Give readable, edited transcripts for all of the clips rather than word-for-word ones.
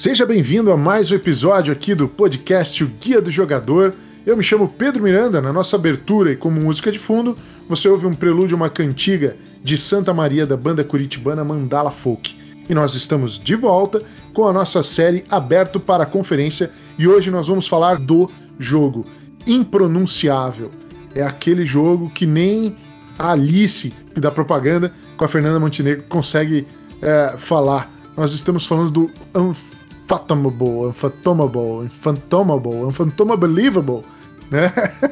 Seja bem-vindo a mais um episódio aqui do podcast O Guia do Jogador. Eu me chamo Pedro Miranda. Na nossa abertura e como música de fundo, você ouve um prelúdio, uma cantiga de Santa Maria da banda curitibana Mandala Folk. E nós estamos de volta com a nossa série Aberto para a Conferência e hoje nós vamos falar do jogo Impronunciável. É aquele jogo que nem a Alice da propaganda com a Fernanda Montenegro consegue falar. Nós estamos falando do Unfathomable, né?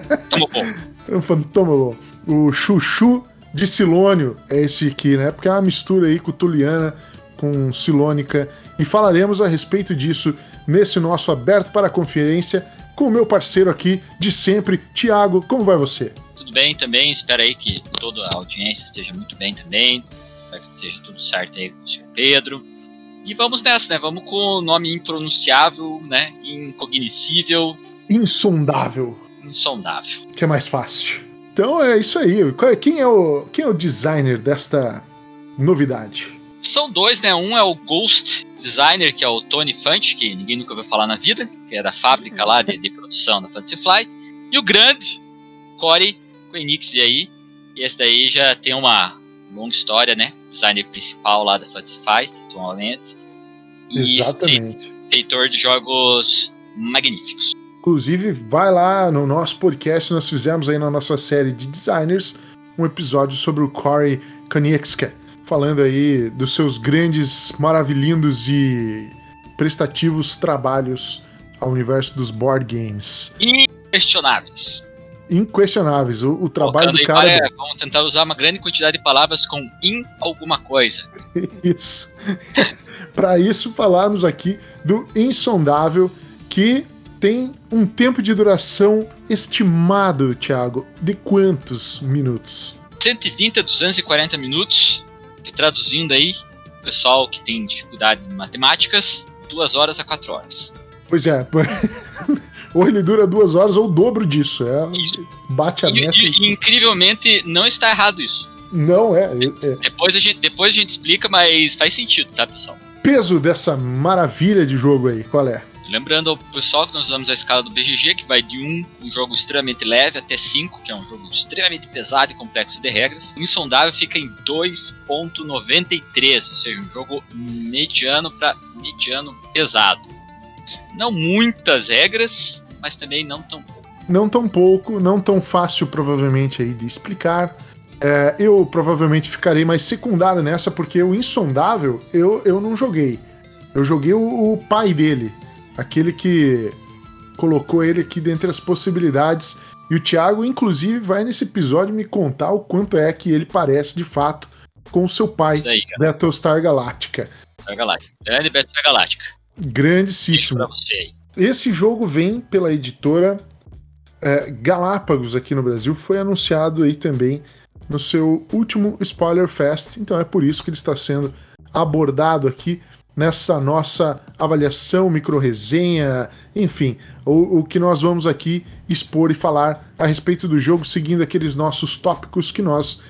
Unfathomable. O Chuchu de Silônio é esse aqui, né? Porque é uma mistura aí cutuliana com silônica. E falaremos a respeito disso nesse nosso Aberto para a Conferência com o meu parceiro aqui de sempre, Thiago. Como vai você? Tudo bem também, espero aí que toda a audiência esteja muito bem também. Espero que esteja tudo certo aí com o senhor Pedro. E vamos nessa, né? Vamos com o nome impronunciável, né? Incognoscível. Insondável. Que é mais fácil. Então é isso aí. Quem é o designer desta novidade? São dois, né? Um é o Ghost Designer, que é o Tony Fant, que ninguém nunca ouviu falar na vida, que é da fábrica lá de produção da Fantasy Flight. E o grande Corey Koenigsee aí. E esse daí já tem uma longa história, né? Designer principal lá da Fantasy Flight, atualmente. E exatamente. Feitor de jogos magníficos. Inclusive, vai lá no nosso podcast, nós fizemos aí na nossa série de designers um episódio sobre o Corey Koenigsee, falando aí dos seus grandes, maravilhindos e prestativos trabalhos ao universo dos board games. Inquestionáveis. O trabalho do cara... Vamos tentar usar uma grande quantidade de palavras com in alguma coisa. Isso. Para isso, falarmos aqui do Insondável, que tem um tempo de duração estimado, Thiago, de quantos minutos? 120 a 240 minutos, que traduzindo aí, o pessoal que tem dificuldade em matemáticas, 2 horas a 4 horas. Pois é, ou ele dura 2 horas ou o dobro disso. Isso. Bate a meta. E incrivelmente não está errado isso. Não é. Depois a gente explica, mas faz sentido, tá, pessoal? Peso dessa maravilha de jogo aí, qual é? Lembrando ao pessoal que nós usamos a escala do BGG, que vai de 1, um jogo extremamente leve, até 5, que é um jogo extremamente pesado e complexo de regras. O Insondável fica em 2.93, ou seja, um jogo mediano para mediano pesado. Não muitas regras, mas também não tão pouco. Não tão pouco, não tão fácil provavelmente aí de explicar. Eu provavelmente ficarei mais secundário nessa, porque o Insondável eu não joguei. Eu joguei o pai dele. Aquele que colocou ele aqui dentre as possibilidades. E o Thiago, inclusive, vai nesse episódio me contar o quanto é que ele parece, de fato, com o seu pai, Battlestar Galactica. Grande Battlestar Galactica. Grandíssimo. Pra você aí. Esse jogo vem pela editora Galápagos aqui no Brasil. Foi anunciado aí também no seu último Spoiler Fest. Então é por isso que ele está sendo abordado aqui nessa nossa avaliação, micro-resenha, enfim, o que nós vamos aqui expor e falar a respeito do jogo, seguindo aqueles nossos tópicos que nós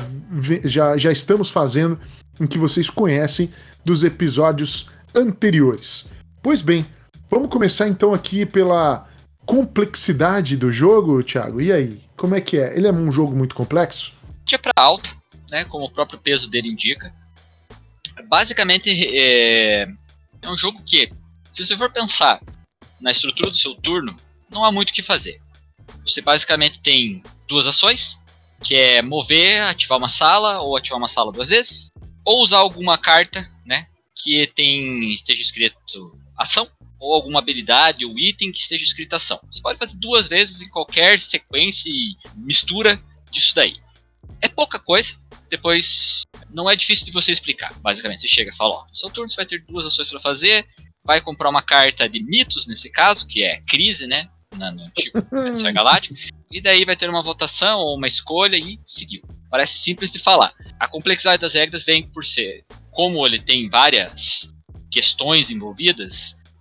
já estamos fazendo, em que vocês conhecem dos episódios anteriores. Pois bem, vamos começar então aqui pela complexidade do jogo, Thiago. E aí, como é que é? Ele é um jogo muito complexo? É para alta, né, como o próprio peso dele indica. Basicamente é um jogo que, se você for pensar na estrutura do seu turno, não há muito o que fazer. Você basicamente tem 2 ações, que é mover, ativar uma sala, ou ativar uma sala 2 vezes, ou usar alguma carta, né, que esteja escrito ação, ou alguma habilidade ou item que esteja escrito ação. Você pode fazer 2 vezes em qualquer sequência e mistura disso daí. É pouca coisa, depois não é difícil de você explicar. Basicamente, você chega e fala, ó, no seu turno você vai ter 2 ações para fazer, vai comprar uma carta de mitos, nesse caso, que é crise, né, no antigo Battlestar Galactica, e daí vai ter uma votação ou uma escolha e seguiu. Parece simples de falar. A complexidade das regras vem por ser, como ele tem várias questões envolvidas,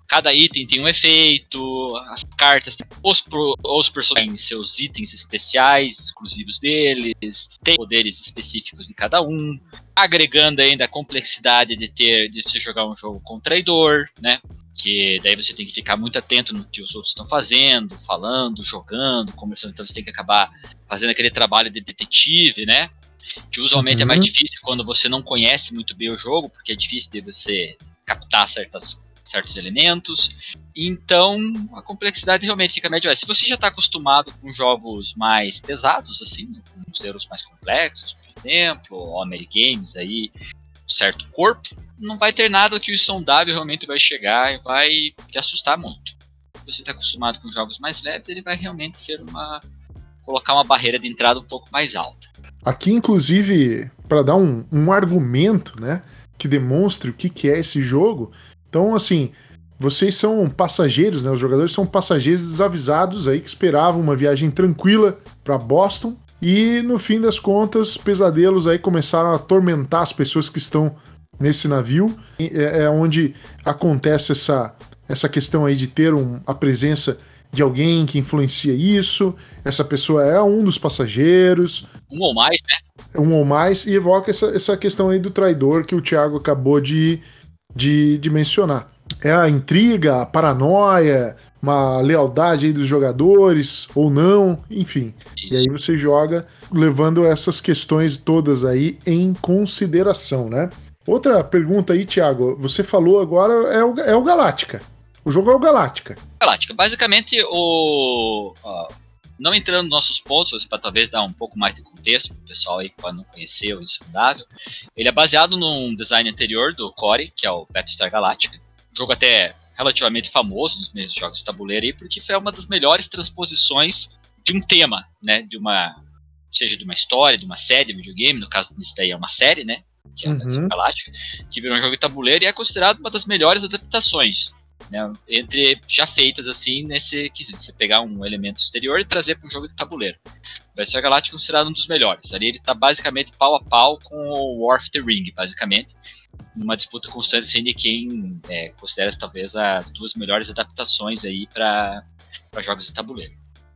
Cada item tem um efeito, as cartas, os personagens têm seus itens especiais, exclusivos deles, tem poderes específicos de cada um, agregando ainda a complexidade de você jogar um jogo com traidor, né? Que daí você tem que ficar muito atento no que os outros estão fazendo, falando, jogando, conversando, então você tem que acabar fazendo aquele trabalho de detetive, né? Que usualmente é mais difícil quando você não conhece muito bem o jogo, porque é difícil de você captar certos elementos. Então a complexidade realmente fica média. Se você já está acostumado com jogos mais pesados, assim, com zeros mais complexos, por exemplo, Homem Games aí, certo corpo, não vai ter nada que o insondável realmente vai chegar e vai te assustar muito. Se você está acostumado com jogos mais leves, ele vai realmente ser colocar uma barreira de entrada um pouco mais alta. Aqui, inclusive, para dar um argumento, né, que demonstre o que é esse jogo. Então, assim, vocês são passageiros, né? Os jogadores são passageiros desavisados aí que esperavam uma viagem tranquila para Boston e, no fim das contas, pesadelos aí começaram a atormentar as pessoas que estão nesse navio. É onde acontece essa questão aí de ter a presença de alguém que influencia isso. Essa pessoa é um dos passageiros. Um ou mais, né? Um ou mais, e evoca essa questão aí do traidor que o Thiago acabou de mencionar. É a intriga, a paranoia, uma lealdade aí dos jogadores, ou não, enfim. Isso. E aí você joga levando essas questões todas aí em consideração, né? Outra pergunta aí, Thiago, você falou agora é o Galáctica. O jogo é o Galáctica. Galáctica, basicamente não entrando nos nossos pontos, para talvez dar um pouco mais de contexto para o pessoal aí que pode não conhecer o Insondável, ele é baseado num design anterior do Core, que é o Battlestar Galactica. Um jogo até relativamente famoso nos meios de jogos de tabuleiro aí, porque foi uma das melhores transposições de um tema, né? Seja de uma história, de uma série de videogame, no caso desse daí é uma série, né? Que é a Battlestar Galactica, que virou um jogo de tabuleiro e é considerado uma das melhores adaptações, né, entre já feitas assim nesse quesito, você pegar um elemento exterior e trazer para um jogo de tabuleiro. O Battlestar Galactica é considerado um dos melhores. Ali ele está basicamente pau a pau com o War of the Ring, basicamente, numa disputa constante assim, de quem considera talvez as duas melhores adaptações aí para jogos de tabuleiro.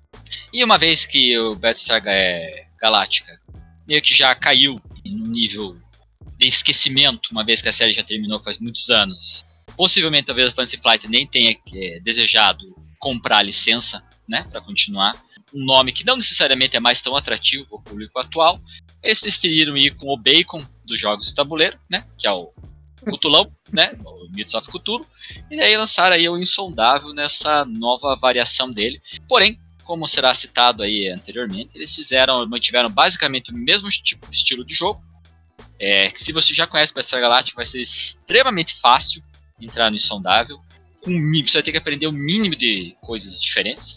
E uma vez que o Battlestar Galactica meio que já caiu no nível de esquecimento, uma vez que a série já terminou faz muitos anos, possivelmente talvez a Fantasy Flight nem tenha desejado comprar a licença, né, para continuar. Um nome que não necessariamente é mais tão atrativo para o público atual. Eles preferiram ir com o Bacon dos jogos de tabuleiro, né, que é o Cthulhu, né, o Mythos of Cthulhu, e aí lançaram aí o Insondável nessa nova variação dele. Porém, como será citado aí anteriormente, eles mantiveram basicamente o mesmo estilo de jogo. Que se você já conhece Battlestar Galactica, vai ser extremamente fácil entrar no Insondável. Você vai ter que aprender o mínimo de coisas diferentes.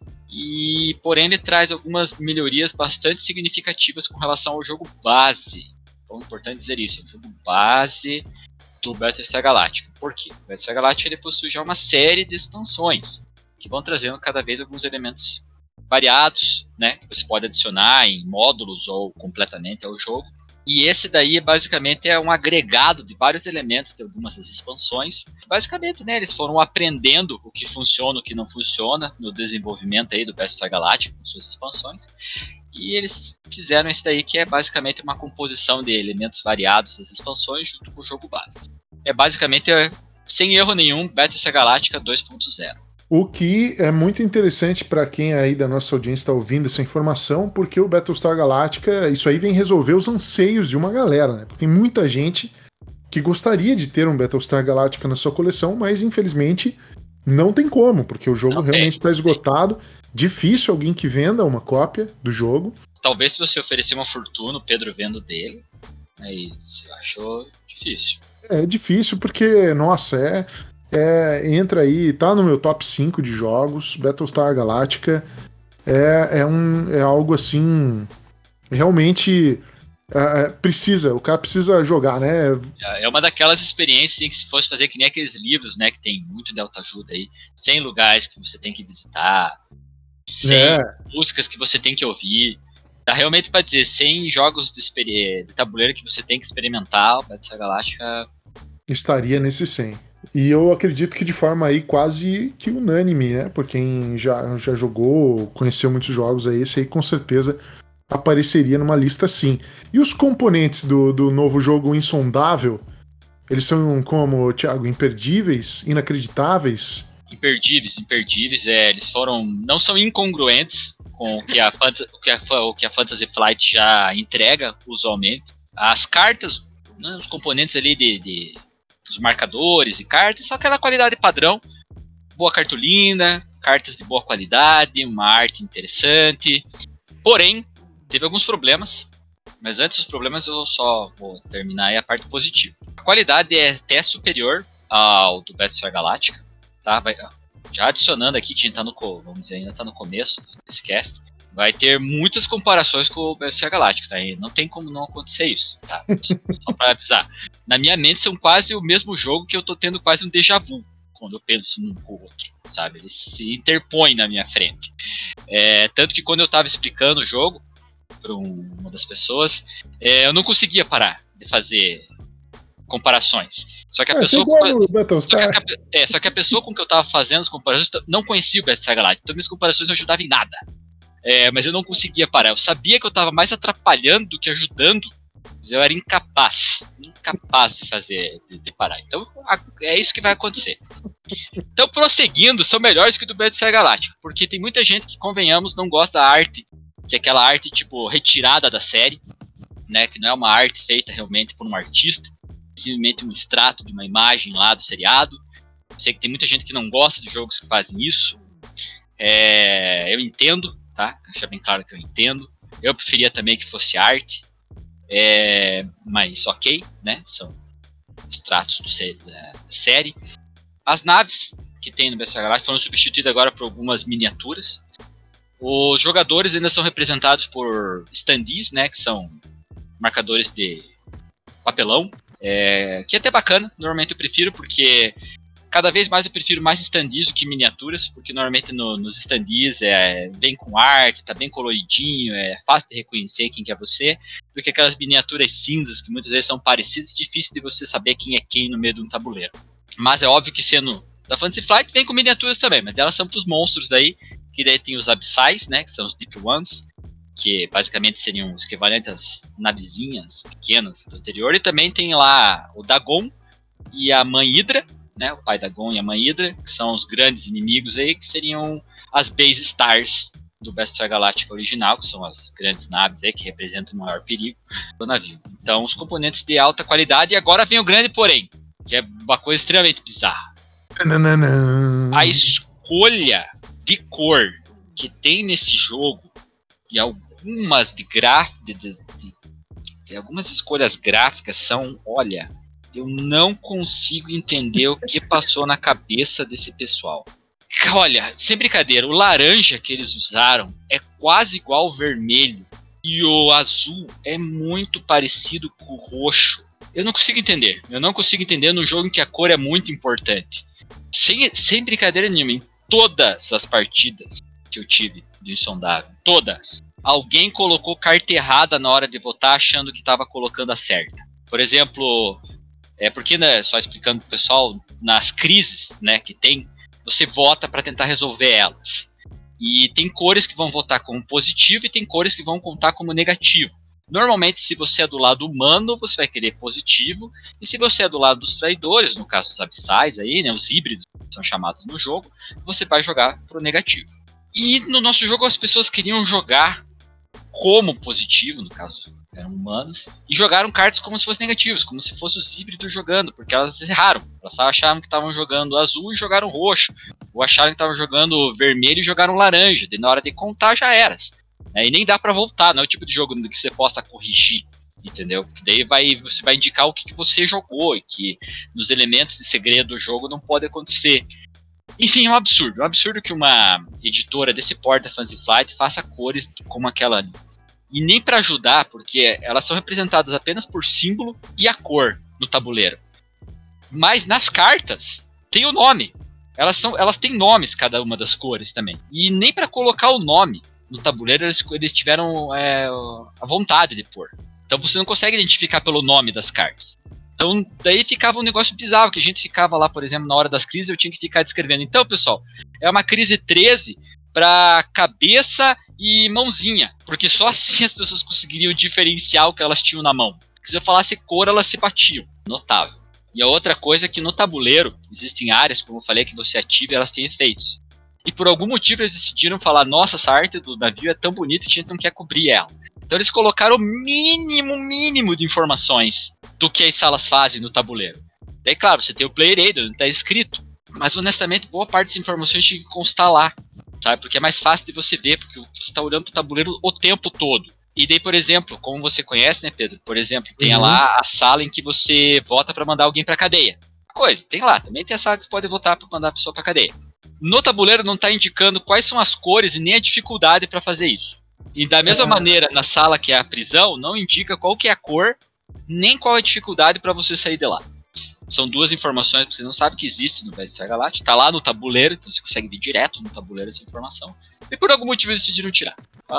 Porém, ele traz algumas melhorias bastante significativas com relação ao jogo base. Então, é importante dizer isso, é o jogo base do Battlestar Galactica. Por quê? O Battlestar Galactica ele possui já uma série de expansões que vão trazendo cada vez alguns elementos variados, né, que você pode adicionar em módulos ou completamente ao jogo. E esse daí basicamente é um agregado de vários elementos de algumas das expansões. Basicamente, né, eles foram aprendendo o que funciona, o que não funciona no desenvolvimento aí do Battlestar Galactica com suas expansões. E eles fizeram isso daí que é basicamente uma composição de elementos variados das expansões junto com o jogo base. É basicamente, sem erro nenhum, Battlestar Galactica 2.0. O que é muito interessante para quem aí da nossa audiência está ouvindo essa informação, porque o Battlestar Galactica, isso aí vem resolver os anseios de uma galera, né? Porque tem muita gente que gostaria de ter um Battlestar Galactica na sua coleção, mas infelizmente não tem como, porque o jogo realmente está esgotado. Difícil alguém que venda uma cópia do jogo. Talvez se você oferecer uma fortuna, o Pedro vendo dele, aí você achou difícil. É difícil porque, nossa, entra aí, tá no meu top 5 de jogos. Battlestar Galactica é algo assim, realmente o cara precisa jogar, né? É uma daquelas experiências em que se fosse fazer que nem aqueles livros, né, que tem muito de autoajuda aí, 100 lugares que você tem que visitar, 100 músicas que você tem que ouvir. Dá realmente pra dizer, 100 jogos de tabuleiro que você tem que experimentar, o Battlestar Galactica estaria nesse 100. E eu acredito que de forma aí quase que unânime, né? Por quem já jogou, conheceu muitos jogos aí, esse aí com certeza apareceria numa lista sim. E os componentes do novo jogo Insondável, eles são como, Thiago, imperdíveis, inacreditáveis? Imperdíveis, imperdíveis. Eles não são incongruentes com o que a Fantasy Flight já entrega usualmente. As cartas, né, os componentes ali os marcadores e cartas, são aquela qualidade padrão. Boa cartolina, cartas de boa qualidade, uma arte interessante. Porém, teve alguns problemas. Mas antes dos problemas eu só vou terminar aí a parte positiva. A qualidade é até superior ao do Battlestar Galactica, tá? Já adicionando aqui, que a gente tá vamos dizer, ainda tá no começo desse cast, vai ter muitas comparações com o Battlestar Galactica, tá? E não tem como não acontecer isso, tá? Só pra avisar. Na minha mente são quase o mesmo jogo que eu tô tendo quase um déjà vu quando eu penso num com o outro, sabe? Eles se interpõem na minha frente. Tanto que quando eu tava explicando o jogo para uma das pessoas, eu não conseguia parar de fazer comparações. Só que a pessoa. Só que a pessoa com que eu tava fazendo as comparações não conhecia o Battlestar Galactica, então minhas comparações não ajudavam em nada. Mas eu não conseguia parar. Eu sabia que eu tava mais atrapalhando do que ajudando. Mas eu era incapaz de parar. Então é isso que vai acontecer. Então, prosseguindo, são melhores que o do Battlestar Galactica, porque tem muita gente que, convenhamos, não gosta da arte, que é aquela arte tipo retirada da série, né, que não é uma arte feita realmente por um artista, simplesmente um extrato de uma imagem lá do seriado. Eu sei que tem muita gente que não gosta de jogos que fazem isso. Eu entendo, tá? Deixa bem claro que eu entendo. Eu preferia também que fosse arte, mas ok, né? São extratos da série. As naves que tem no Battlestar Galactica foram substituídas agora por algumas miniaturas. Os jogadores ainda são representados por standees, né, que são marcadores de papelão, que é até bacana. Normalmente eu prefiro, porque cada vez mais eu prefiro mais standees do que miniaturas, porque normalmente nos standees vem com arte, tá bem coloridinho, é fácil de reconhecer quem que é você, do que aquelas miniaturas cinzas que muitas vezes são parecidas e difícil de você saber quem é quem no meio de um tabuleiro. Mas é óbvio que sendo da Fantasy Flight vem com miniaturas também, mas delas são pros monstros daí, que daí tem os Abyssais, né, que são os Deep Ones, que basicamente seriam os equivalentes às navezinhas pequenas do anterior, e também tem lá o Dagon e a Mãe Hydra, né, o pai Dagon e a Mãe Hydra, que são os grandes inimigos aí, que seriam as Base Stars do Battlestar Galactica original, que são as grandes naves aí que representam o maior perigo do navio. Então, os componentes de alta qualidade, e agora vem o grande porém, que é uma coisa extremamente bizarra. A escolha de cor que tem nesse jogo e algumas algumas escolhas gráficas são, olha, eu não consigo entender o que passou na cabeça desse pessoal. Olha, sem brincadeira, o laranja que eles usaram é quase igual ao vermelho e o azul é muito parecido com o roxo. Eu não consigo entender num jogo em que a cor é muito importante. Sem brincadeira nenhuma, em todas as partidas que eu tive do Insondável, todas, alguém colocou carta errada na hora de votar achando que estava colocando a certa. Por exemplo, porque, né, só explicando pro pessoal, nas crises, né, que tem, você vota para tentar resolver elas. E tem cores que vão votar como positivo e tem cores que vão contar como negativo. Normalmente, se você é do lado humano, você vai querer positivo. E se você é do lado dos traidores, no caso dos abissais, aí, né, os híbridos que são chamados no jogo, você vai jogar pro negativo. E no nosso jogo as pessoas queriam jogar como positivo, no caso eram humanos, e jogaram cartas como se fossem negativos, como se fossem os híbridos jogando, porque elas erraram. Elas acharam que estavam jogando azul e jogaram roxo, ou acharam que estavam jogando vermelho e jogaram laranja, e na hora de contar já era. E nem dá pra voltar, não é o tipo de jogo que você possa corrigir, entendeu? Porque daí você vai indicar o que você jogou, e que nos elementos de segredo do jogo não pode acontecer. Enfim, é um absurdo que uma editora desse porte da Fantasy Flight faça cores como aquela ali. E nem pra ajudar, porque elas são representadas apenas por símbolo e a cor no tabuleiro. Mas nas cartas tem o nome. Elas têm nomes, cada uma das cores também. E nem pra colocar o nome no tabuleiro eles tiveram a vontade de pôr. Então você não consegue identificar pelo nome das cartas. Então, daí ficava um negócio bizarro, que a gente ficava lá, por exemplo, na hora das crises, eu tinha que ficar descrevendo. Então, pessoal, é uma crise 13 para cabeça e mãozinha, porque só assim as pessoas conseguiriam diferenciar o que elas tinham na mão. Porque se eu falasse cor, elas se batiam. Notável. E a outra coisa é que no tabuleiro, existem áreas, como eu falei, que você ativa e elas têm efeitos. E por algum motivo eles decidiram falar, nossa, essa arte do navio é tão bonita que a gente não quer cobrir ela. Então eles colocaram o mínimo de informações do que as salas fazem no tabuleiro. Daí, claro, você tem o player aid, onde está escrito. Mas, honestamente, boa parte das informações tinha que constar lá, sabe? Porque é mais fácil de você ver, porque você está olhando para o tabuleiro o tempo todo. E daí, por exemplo, como você conhece, né, Pedro? Por exemplo, tem lá a sala em que você vota para mandar alguém para cadeia. Coisa, tem lá. Também tem a sala que você pode votar para mandar a pessoa para cadeia. No tabuleiro não está indicando quais são as cores e nem a dificuldade para fazer isso. E da mesma maneira, na sala que é a prisão, não indica qual que é a cor, nem qual é a dificuldade para você sair de lá. São duas informações que você não sabe que existe no Battlestar Galactica. Tá lá no tabuleiro, então você consegue ver direto no tabuleiro essa informação. E por algum motivo eles decidiram tirar.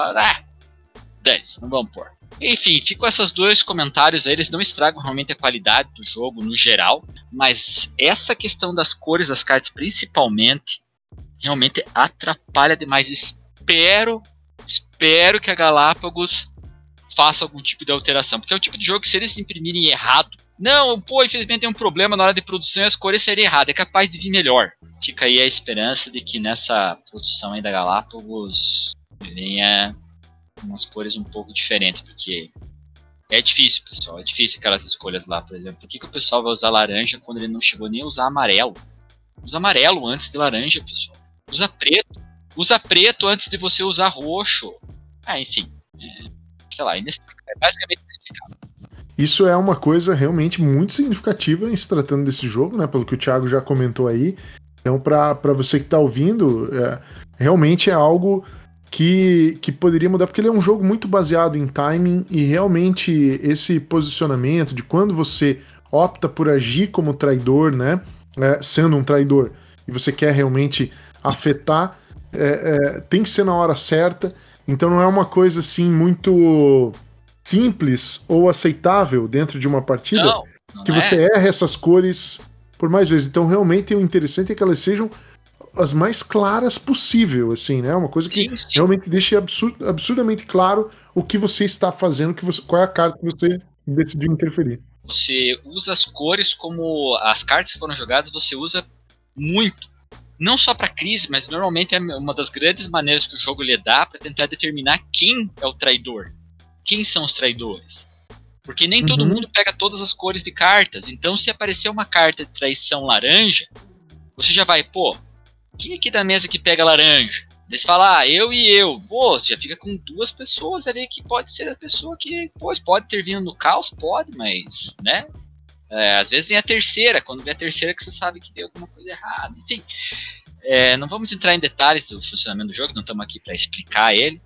Não vamos pôr. Enfim, ficam esses dois comentários aí, eles não estragam realmente a qualidade do jogo no geral, mas essa questão das cores das cartas principalmente, realmente atrapalha demais. Espero que a Galápagos faça algum tipo de alteração, porque é o tipo de jogo que se eles imprimirem errado, não, pô, infelizmente tem um problema na hora de produção e as cores seriam erradas, é capaz de vir melhor. Fica aí a esperança de que nessa produção aí da Galápagos venha umas cores um pouco diferentes, porque é difícil, pessoal, é difícil aquelas escolhas lá, por exemplo. Por que o pessoal vai usar laranja quando ele não chegou nem a usar amarelo? Usa amarelo antes de laranja, pessoal. Usa preto. Usa preto antes de você usar roxo. Enfim. Sei lá, é basicamente inexplicável. Isso é uma coisa realmente muito significativa em se tratando desse jogo, né? Pelo que o Thiago já comentou aí. Então, para você que está ouvindo, realmente é algo que poderia mudar, porque ele é um jogo muito baseado em timing e realmente esse posicionamento de quando você opta por agir como traidor, né? Sendo um traidor, e você quer realmente afetar, tem que ser na hora certa. Então não é uma coisa assim muito simples ou aceitável dentro de uma partida não que você erre essas cores por mais vezes. Então realmente o interessante é que elas sejam as mais claras possível, assim, né? Uma coisa que sim. realmente deixe absurdamente claro o que você está fazendo, qual é a carta que você decidiu interferir. Você usa as cores como as cartas que foram jogadas, você usa muito. Não só para crise, mas normalmente é uma das grandes maneiras que o jogo lhe dá para tentar determinar quem é o traidor. Quem são os traidores? Porque nem todo mundo pega todas as cores de cartas. Então, se aparecer uma carta de traição laranja, você já vai, pô, quem aqui da mesa que pega laranja? Daí você fala, eu e eu. Pô, você já fica com duas pessoas ali que pode ser a pessoa que, pode ter vindo no caos, pode, mas, né? Às vezes vem a terceira, quando vem a terceira que você sabe que deu alguma coisa errada. Enfim, não vamos entrar em detalhes do funcionamento do jogo, não estamos aqui para explicar ele,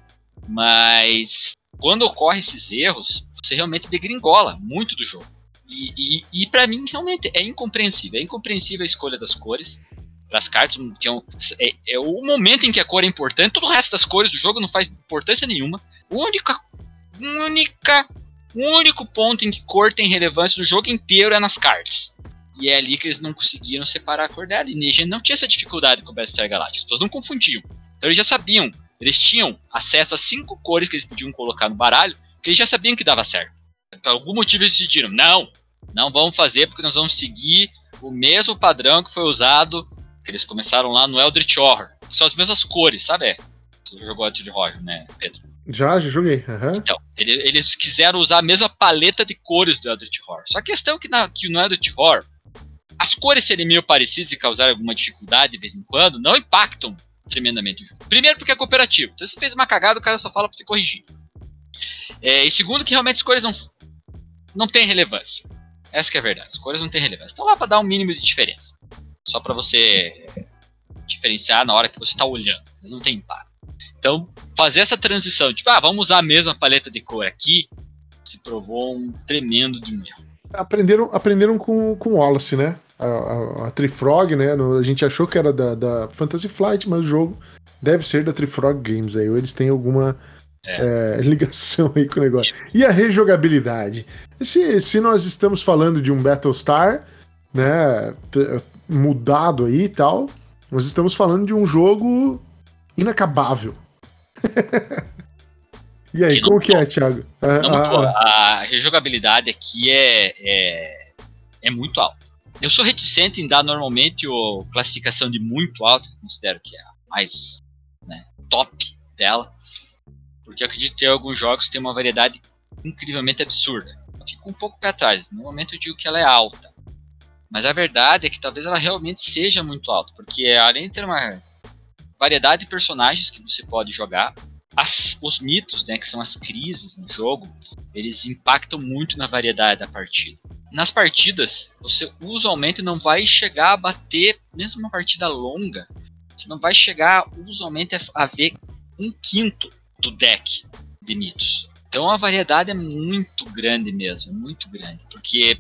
mas quando ocorrem esses erros, você realmente degringola muito do jogo. E para mim, realmente, é incompreensível. É incompreensível a escolha das cores das cartas, que é o momento em que a cor é importante. Todo o resto das cores do jogo não faz importância nenhuma. O único ponto em que cor tem relevância no jogo inteiro é nas cartas. E é ali que eles não conseguiram separar a cor dela. E a gente não tinha essa dificuldade com o Battlestar Galactica. As pessoas não confundiam. Então eles já sabiam. Eles tinham acesso a 5 cores que eles podiam colocar no baralho, que eles já sabiam que dava certo. Por algum motivo eles decidiram, não vamos fazer porque nós vamos seguir o mesmo padrão que foi usado, que eles começaram lá no Eldritch Horror. São as mesmas cores, sabe? Você jogou Eldritch Horror, né, Pedro? Já joguei. Então, eles quiseram usar a mesma paleta de cores do Eldritch Horror. Só que a questão é que no Eldritch Horror, as cores serem meio parecidas e causarem alguma dificuldade de vez em quando, não impactam tremendamente o jogo. Primeiro porque é cooperativo. Então se você fez uma cagada, o cara só fala pra você corrigir. E segundo que realmente as cores não têm relevância. Essa que é a verdade. As cores não têm relevância. Estão lá pra dar um mínimo de diferença. Só pra você diferenciar na hora que você tá olhando. Não tem impacto. Então, fazer essa transição, tipo, vamos usar a mesma paleta de cor aqui, se provou um tremendo de um erro. Aprenderam com o Wallace, né? A Trifrog, né? A gente achou que era da Fantasy Flight, mas o jogo deve ser da Trifrog Games. Aí eles têm alguma ligação aí com o negócio. E a rejogabilidade? Se nós estamos falando de um Battlestar, né, mudado aí e tal, nós estamos falando de um jogo inacabável. E aí, como que é, Thiago? Não mudou. A rejogabilidade aqui é muito alta. Eu sou reticente em dar normalmente a classificação de muito alta, que eu considero que é a mais, né, top dela, porque eu acredito que alguns jogos têm uma variedade incrivelmente absurda. Eu fico um pouco pé atrás. No momento eu digo que ela é alta. Mas a verdade é que talvez ela realmente seja muito alta, porque além de ter uma variedade de personagens que você pode jogar, os mitos, né, que são as crises no jogo, eles impactam muito na variedade da partida. Nas partidas, você usualmente não vai chegar a bater, mesmo uma partida longa, você não vai chegar usualmente a ver 1/5 do deck de mitos. Então a variedade é muito grande mesmo, muito grande, porque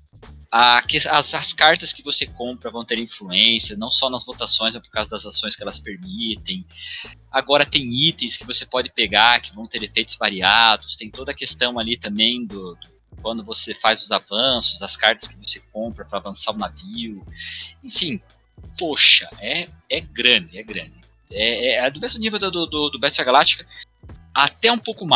as cartas que você compra vão ter influência, não só nas votações, mas por causa das ações que elas permitem. Agora tem itens que você pode pegar, que vão ter efeitos variados, tem toda a questão ali também do quando você faz os avanços, as cartas que você compra para avançar o navio. Enfim, poxa, é grande, é grande. É do mesmo nível do Battlestar Galactica, até um pouco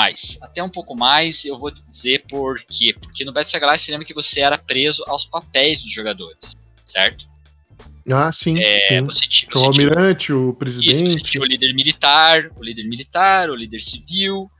mais, eu vou te dizer por quê. Porque no Battlestar Galactica você lembra que você era preso aos papéis dos jogadores, certo? Ah, sim. Sim. Você o almirante, o presidente. Você tinha o líder militar, o líder civil,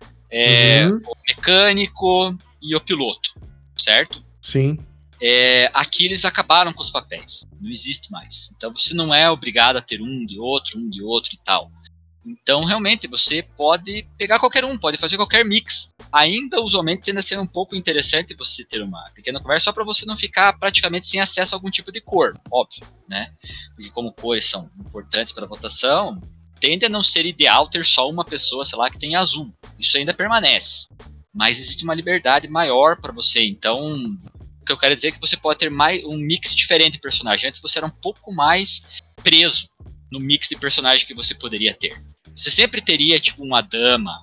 o mecânico e o piloto, certo? Sim. Aqui eles acabaram com os papéis, não existe mais. Então você não é obrigado a ter um de outro e tal. Então, realmente, você pode pegar qualquer um, pode fazer qualquer mix. Ainda, usualmente, tende a ser um pouco interessante você ter uma pequena conversa, só para você não ficar praticamente sem acesso a algum tipo de cor, óbvio, né? Porque como cores são importantes para a votação, tende a não ser ideal ter só uma pessoa, sei lá, que tem azul. Isso ainda permanece. Mas existe uma liberdade maior para você. Então, o que eu quero dizer é que você pode ter um mix diferente de personagem. Antes você era um pouco mais preso no mix de personagem que você poderia ter. Você sempre teria, tipo, uma dama.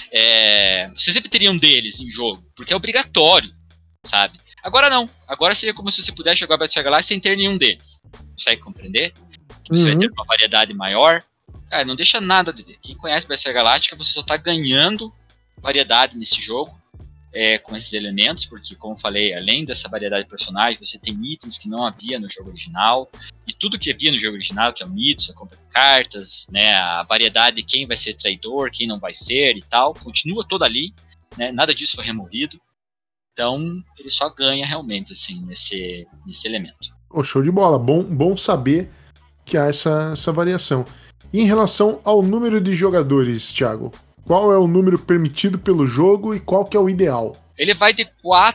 Você sempre teria um deles em jogo. Porque é obrigatório, sabe? Agora não. Agora seria como se você pudesse jogar Battlestar Galactica sem ter nenhum deles. Consegue compreender? Você vai ter uma variedade maior. Cara, não deixa nada de ver. Quem conhece Battlestar Galactica, você só tá ganhando variedade nesse jogo. Com esses elementos, porque como eu falei, além dessa variedade de personagens, você tem itens que não havia no jogo original, e tudo que havia no jogo original, que é o mitos, a compra de cartas, né, a variedade de quem vai ser traidor, quem não vai ser e tal, continua toda ali, né, nada disso foi removido, então ele só ganha realmente assim, nesse elemento. Show de bola, bom saber que há essa variação. E em relação ao número de jogadores, Thiago, qual é o número permitido pelo jogo e qual que é o ideal? Ele vai de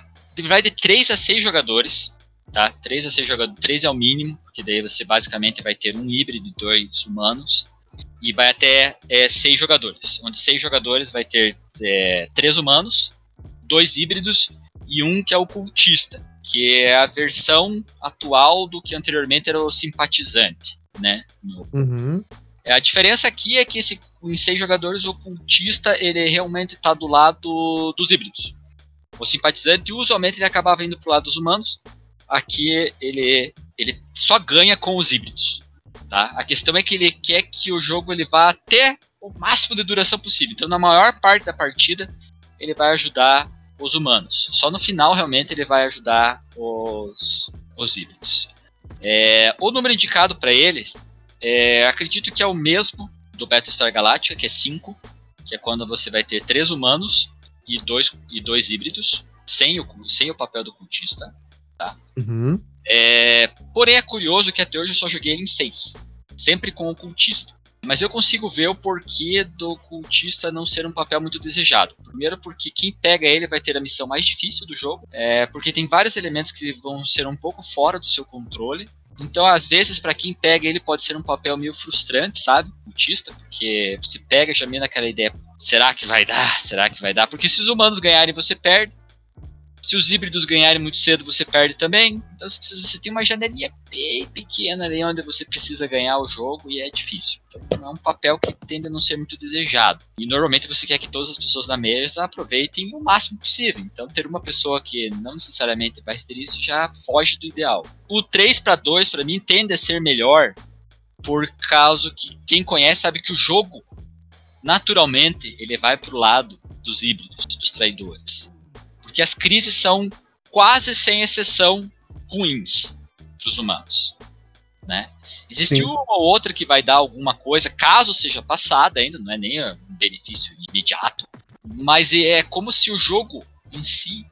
3 a 6 jogadores, tá? 3 a 6 jogadores, 3 é o mínimo, porque daí você basicamente vai ter um híbrido de 2 humanos e vai até 6 jogadores, onde 6 jogadores vai ter 3 humanos, 2 híbridos e um que é o cultista, que é a versão atual do que anteriormente era o simpatizante, né? A diferença aqui é que em 6 jogadores o cultista ele realmente está do lado dos híbridos. O simpatizante usualmente ele acabava indo pro lado dos humanos. Aqui ele só ganha com os híbridos. Tá? A questão é que ele quer que o jogo ele vá até o máximo de duração possível. Então na maior parte da partida ele vai ajudar os humanos. Só no final realmente ele vai ajudar os híbridos. O número indicado para eles acredito que é o mesmo do Battlestar Galactica, que é 5, que é quando você vai ter 3 humanos e dois híbridos, sem o papel do cultista. Tá? Porém é curioso que até hoje eu só joguei ele em 6, sempre com o cultista. Mas eu consigo ver o porquê do cultista não ser um papel muito desejado. Primeiro porque quem pega ele vai ter a missão mais difícil do jogo, porque tem vários elementos que vão ser um pouco fora do seu controle. Então, às vezes, para quem pega ele pode ser um papel meio frustrante, sabe? Cultista, porque você pega já meio naquela ideia, será que vai dar? Porque se os humanos ganharem, você perde. Se os híbridos ganharem muito cedo, você perde também. Então você tem uma janelinha bem pequena ali onde você precisa ganhar o jogo e é difícil. Então é um papel que tende a não ser muito desejado. E normalmente você quer que todas as pessoas da mesa aproveitem o máximo possível. Então ter uma pessoa que não necessariamente vai ter isso já foge do ideal. O 3-2 para mim tende a ser melhor por causa que quem conhece sabe que o jogo naturalmente ele vai pro lado dos híbridos, dos traidores. Porque as crises são quase sem exceção ruins para os humanos, né? Existe uma ou outra que vai dar alguma coisa, caso seja passada ainda, não é nem um benefício imediato, mas é como se o jogo em si,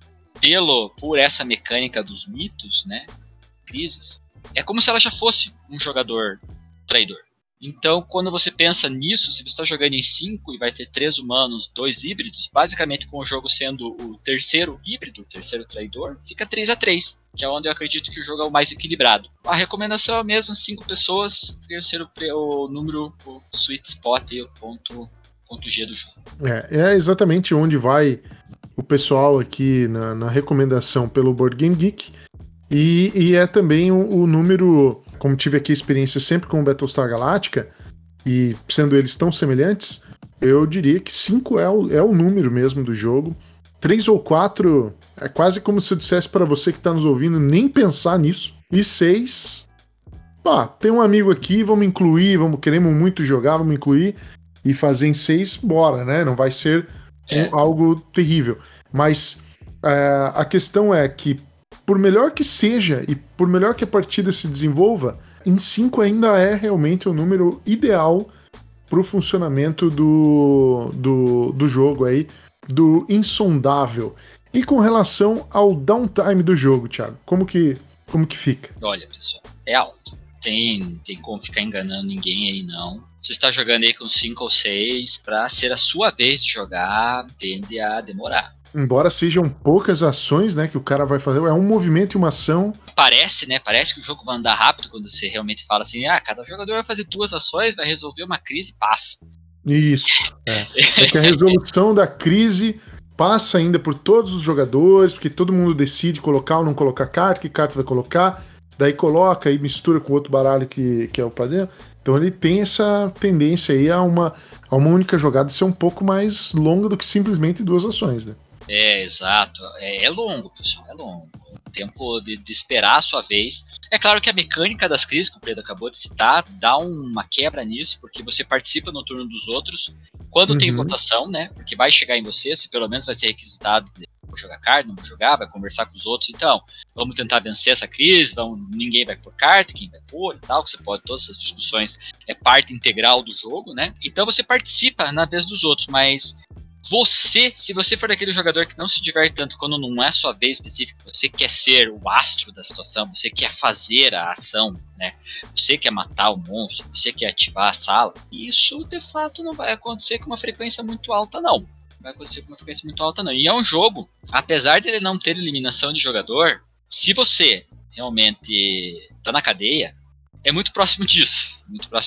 por essa mecânica dos mitos, né, crises, é como se ela já fosse um jogador traidor. Então, quando você pensa nisso, se você está jogando em 5 e vai ter 3 humanos, 2 híbridos, basicamente com o jogo sendo o terceiro híbrido, o terceiro traidor, fica 3-3, que é onde eu acredito que o jogo é o mais equilibrado. A recomendação é a mesma, 5 pessoas, porque ser o número, o sweet spot, o ponto G do jogo. É exatamente onde vai o pessoal aqui na recomendação pelo Board Game Geek, e é também o número, como tive aqui experiência sempre com o Battlestar Galactica, e sendo eles tão semelhantes, eu diria que 5 é o número mesmo do jogo. 3 ou 4 é quase como se eu dissesse para você que está nos ouvindo nem pensar nisso. E 6, tem um amigo aqui, vamos incluir, queremos muito jogar, vamos incluir e fazer em 6, bora, né? Não vai ser algo terrível. Mas a questão é que, por melhor que seja e por melhor que a partida se desenvolva, em 5 ainda é realmente o número ideal para o funcionamento do jogo aí, do insondável. E com relação ao downtime do jogo, Thiago, como que fica? Olha, pessoal, é alto. Tem como ficar enganando ninguém aí, não. Você está jogando aí com 5 ou 6, para ser a sua vez de jogar, tende a demorar. Embora sejam poucas ações, né, que o cara vai fazer, é um movimento e uma ação. Parece, né? Parece que o jogo vai andar rápido quando você realmente fala assim, cada jogador vai fazer 2 ações, vai resolver uma crise e passa. Isso. É que a resolução da crise passa ainda por todos os jogadores, porque todo mundo decide colocar ou não colocar carta, que carta vai colocar, daí coloca e mistura com outro baralho que é o padrão. Então ele tem essa tendência aí a uma única jogada ser um pouco mais longa do que simplesmente 2 ações, né? Exato. É longo, pessoal, é longo. O tempo de esperar a sua vez. É claro que a mecânica das crises, que o Pedro acabou de citar, dá uma quebra nisso, porque você participa no turno dos outros quando tem votação, né? Porque vai chegar em você, se pelo menos vai ser requisitado de vou jogar carta, não vou jogar, vai conversar com os outros, então, vamos tentar vencer essa crise, ninguém vai pôr carta, quem vai pôr e tal, que você pode, todas essas discussões é parte integral do jogo, né? Então você participa na vez dos outros, mas se você for daquele jogador que não se diverte tanto quando não é sua vez específica, você quer ser o astro da situação, você quer fazer a ação, né? Você quer matar o monstro, você quer ativar a sala, isso de fato não vai acontecer com uma frequência muito alta, não. Vai acontecer com uma frequência muito alta, não. E é um jogo, apesar dele não ter eliminação de jogador, se você realmente tá na cadeia, é muito próximo disso,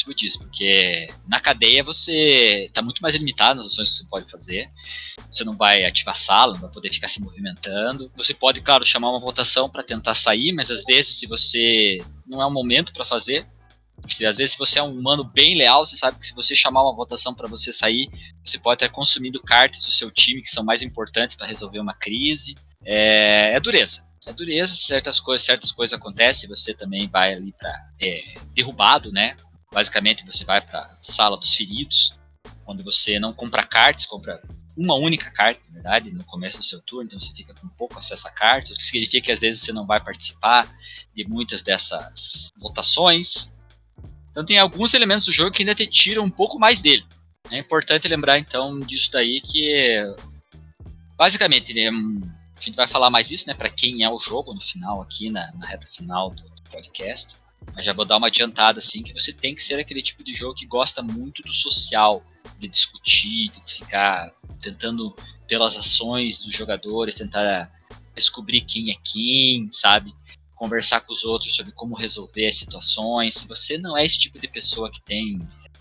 porque na cadeia você tá muito mais limitado nas ações que você pode fazer, você não vai ativar a sala, não vai poder ficar se movimentando, você pode, claro, chamar uma votação para tentar sair, mas às vezes se você não é o momento para fazer, às vezes se você é um humano bem leal, você sabe que se você chamar uma votação para você sair, você pode estar consumindo cartas do seu time que são mais importantes para resolver uma crise, é dureza. É dureza, certas coisas acontecem, você também vai ali para derrubado, né? Basicamente você vai para sala dos feridos, onde você não compra cartas, compra uma única carta, na verdade, no começo do seu turno, então você fica com pouco acesso a cartas, o que significa que às vezes você não vai participar de muitas dessas votações. Então tem alguns elementos do jogo que ainda te tiram um pouco mais dele. É importante lembrar então disso daí, que basicamente a gente vai falar mais isso, né, para quem é o jogo no final aqui, na reta final do podcast. Mas já vou dar uma adiantada assim, que você tem que ser aquele tipo de jogo que gosta muito do social, de discutir, de ficar tentando pelas ações dos jogadores, tentar descobrir quem é quem, sabe? Conversar com os outros sobre como resolver as situações. Se você não é esse tipo de pessoa que tem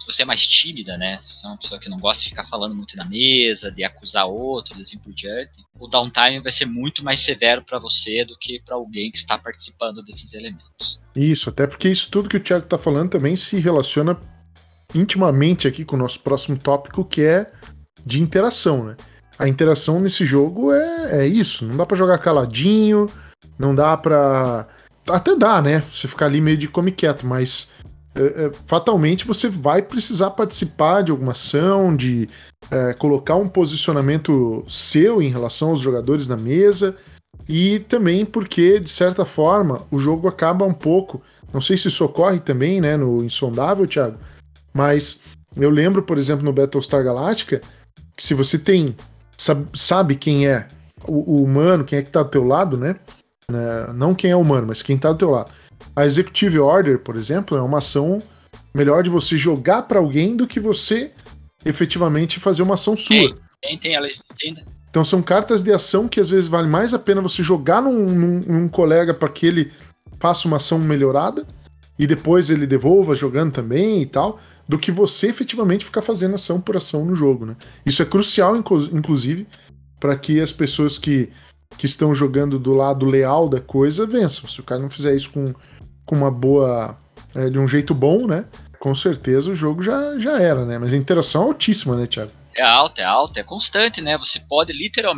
se você é mais tímida, né? Se você é uma pessoa que não gosta de ficar falando muito na mesa, de acusar outros, assim por diante, o downtime vai ser muito mais severo para você do que para alguém que está participando desses elementos. Isso, até porque isso tudo que o Thiago tá falando também se relaciona intimamente aqui com o nosso próximo tópico, que é de interação, né? A interação nesse jogo é isso, não dá pra jogar caladinho, não dá pra... Até dá, né? Você ficar ali meio de come quieto, mas fatalmente você vai precisar participar de alguma ação, de colocar um posicionamento seu em relação aos jogadores na mesa, e também porque, de certa forma, o jogo acaba um pouco... Não sei se isso ocorre também, né, no Insondável, Thiago, mas eu lembro, por exemplo, no Battlestar Galactica, que se você sabe quem é o humano, quem é que tá do teu lado, né? Não quem é humano, mas quem tá do teu lado. A Executive Order, por exemplo, é uma ação melhor de você jogar para alguém do que você efetivamente fazer uma ação sua. Tem ela existindo. Então são cartas de ação que às vezes vale mais a pena você jogar num colega para que ele faça uma ação melhorada e depois ele devolva jogando também e tal, do que você efetivamente ficar fazendo ação por ação no jogo, né? Isso é crucial, inclusive, para que as pessoas que estão jogando do lado leal da coisa vençam. Se o cara não fizer isso com uma boa... de um jeito bom, né? Com certeza o jogo já era, né? Mas a interação é altíssima, né, Thiago? É alta, é constante, né? Você pode,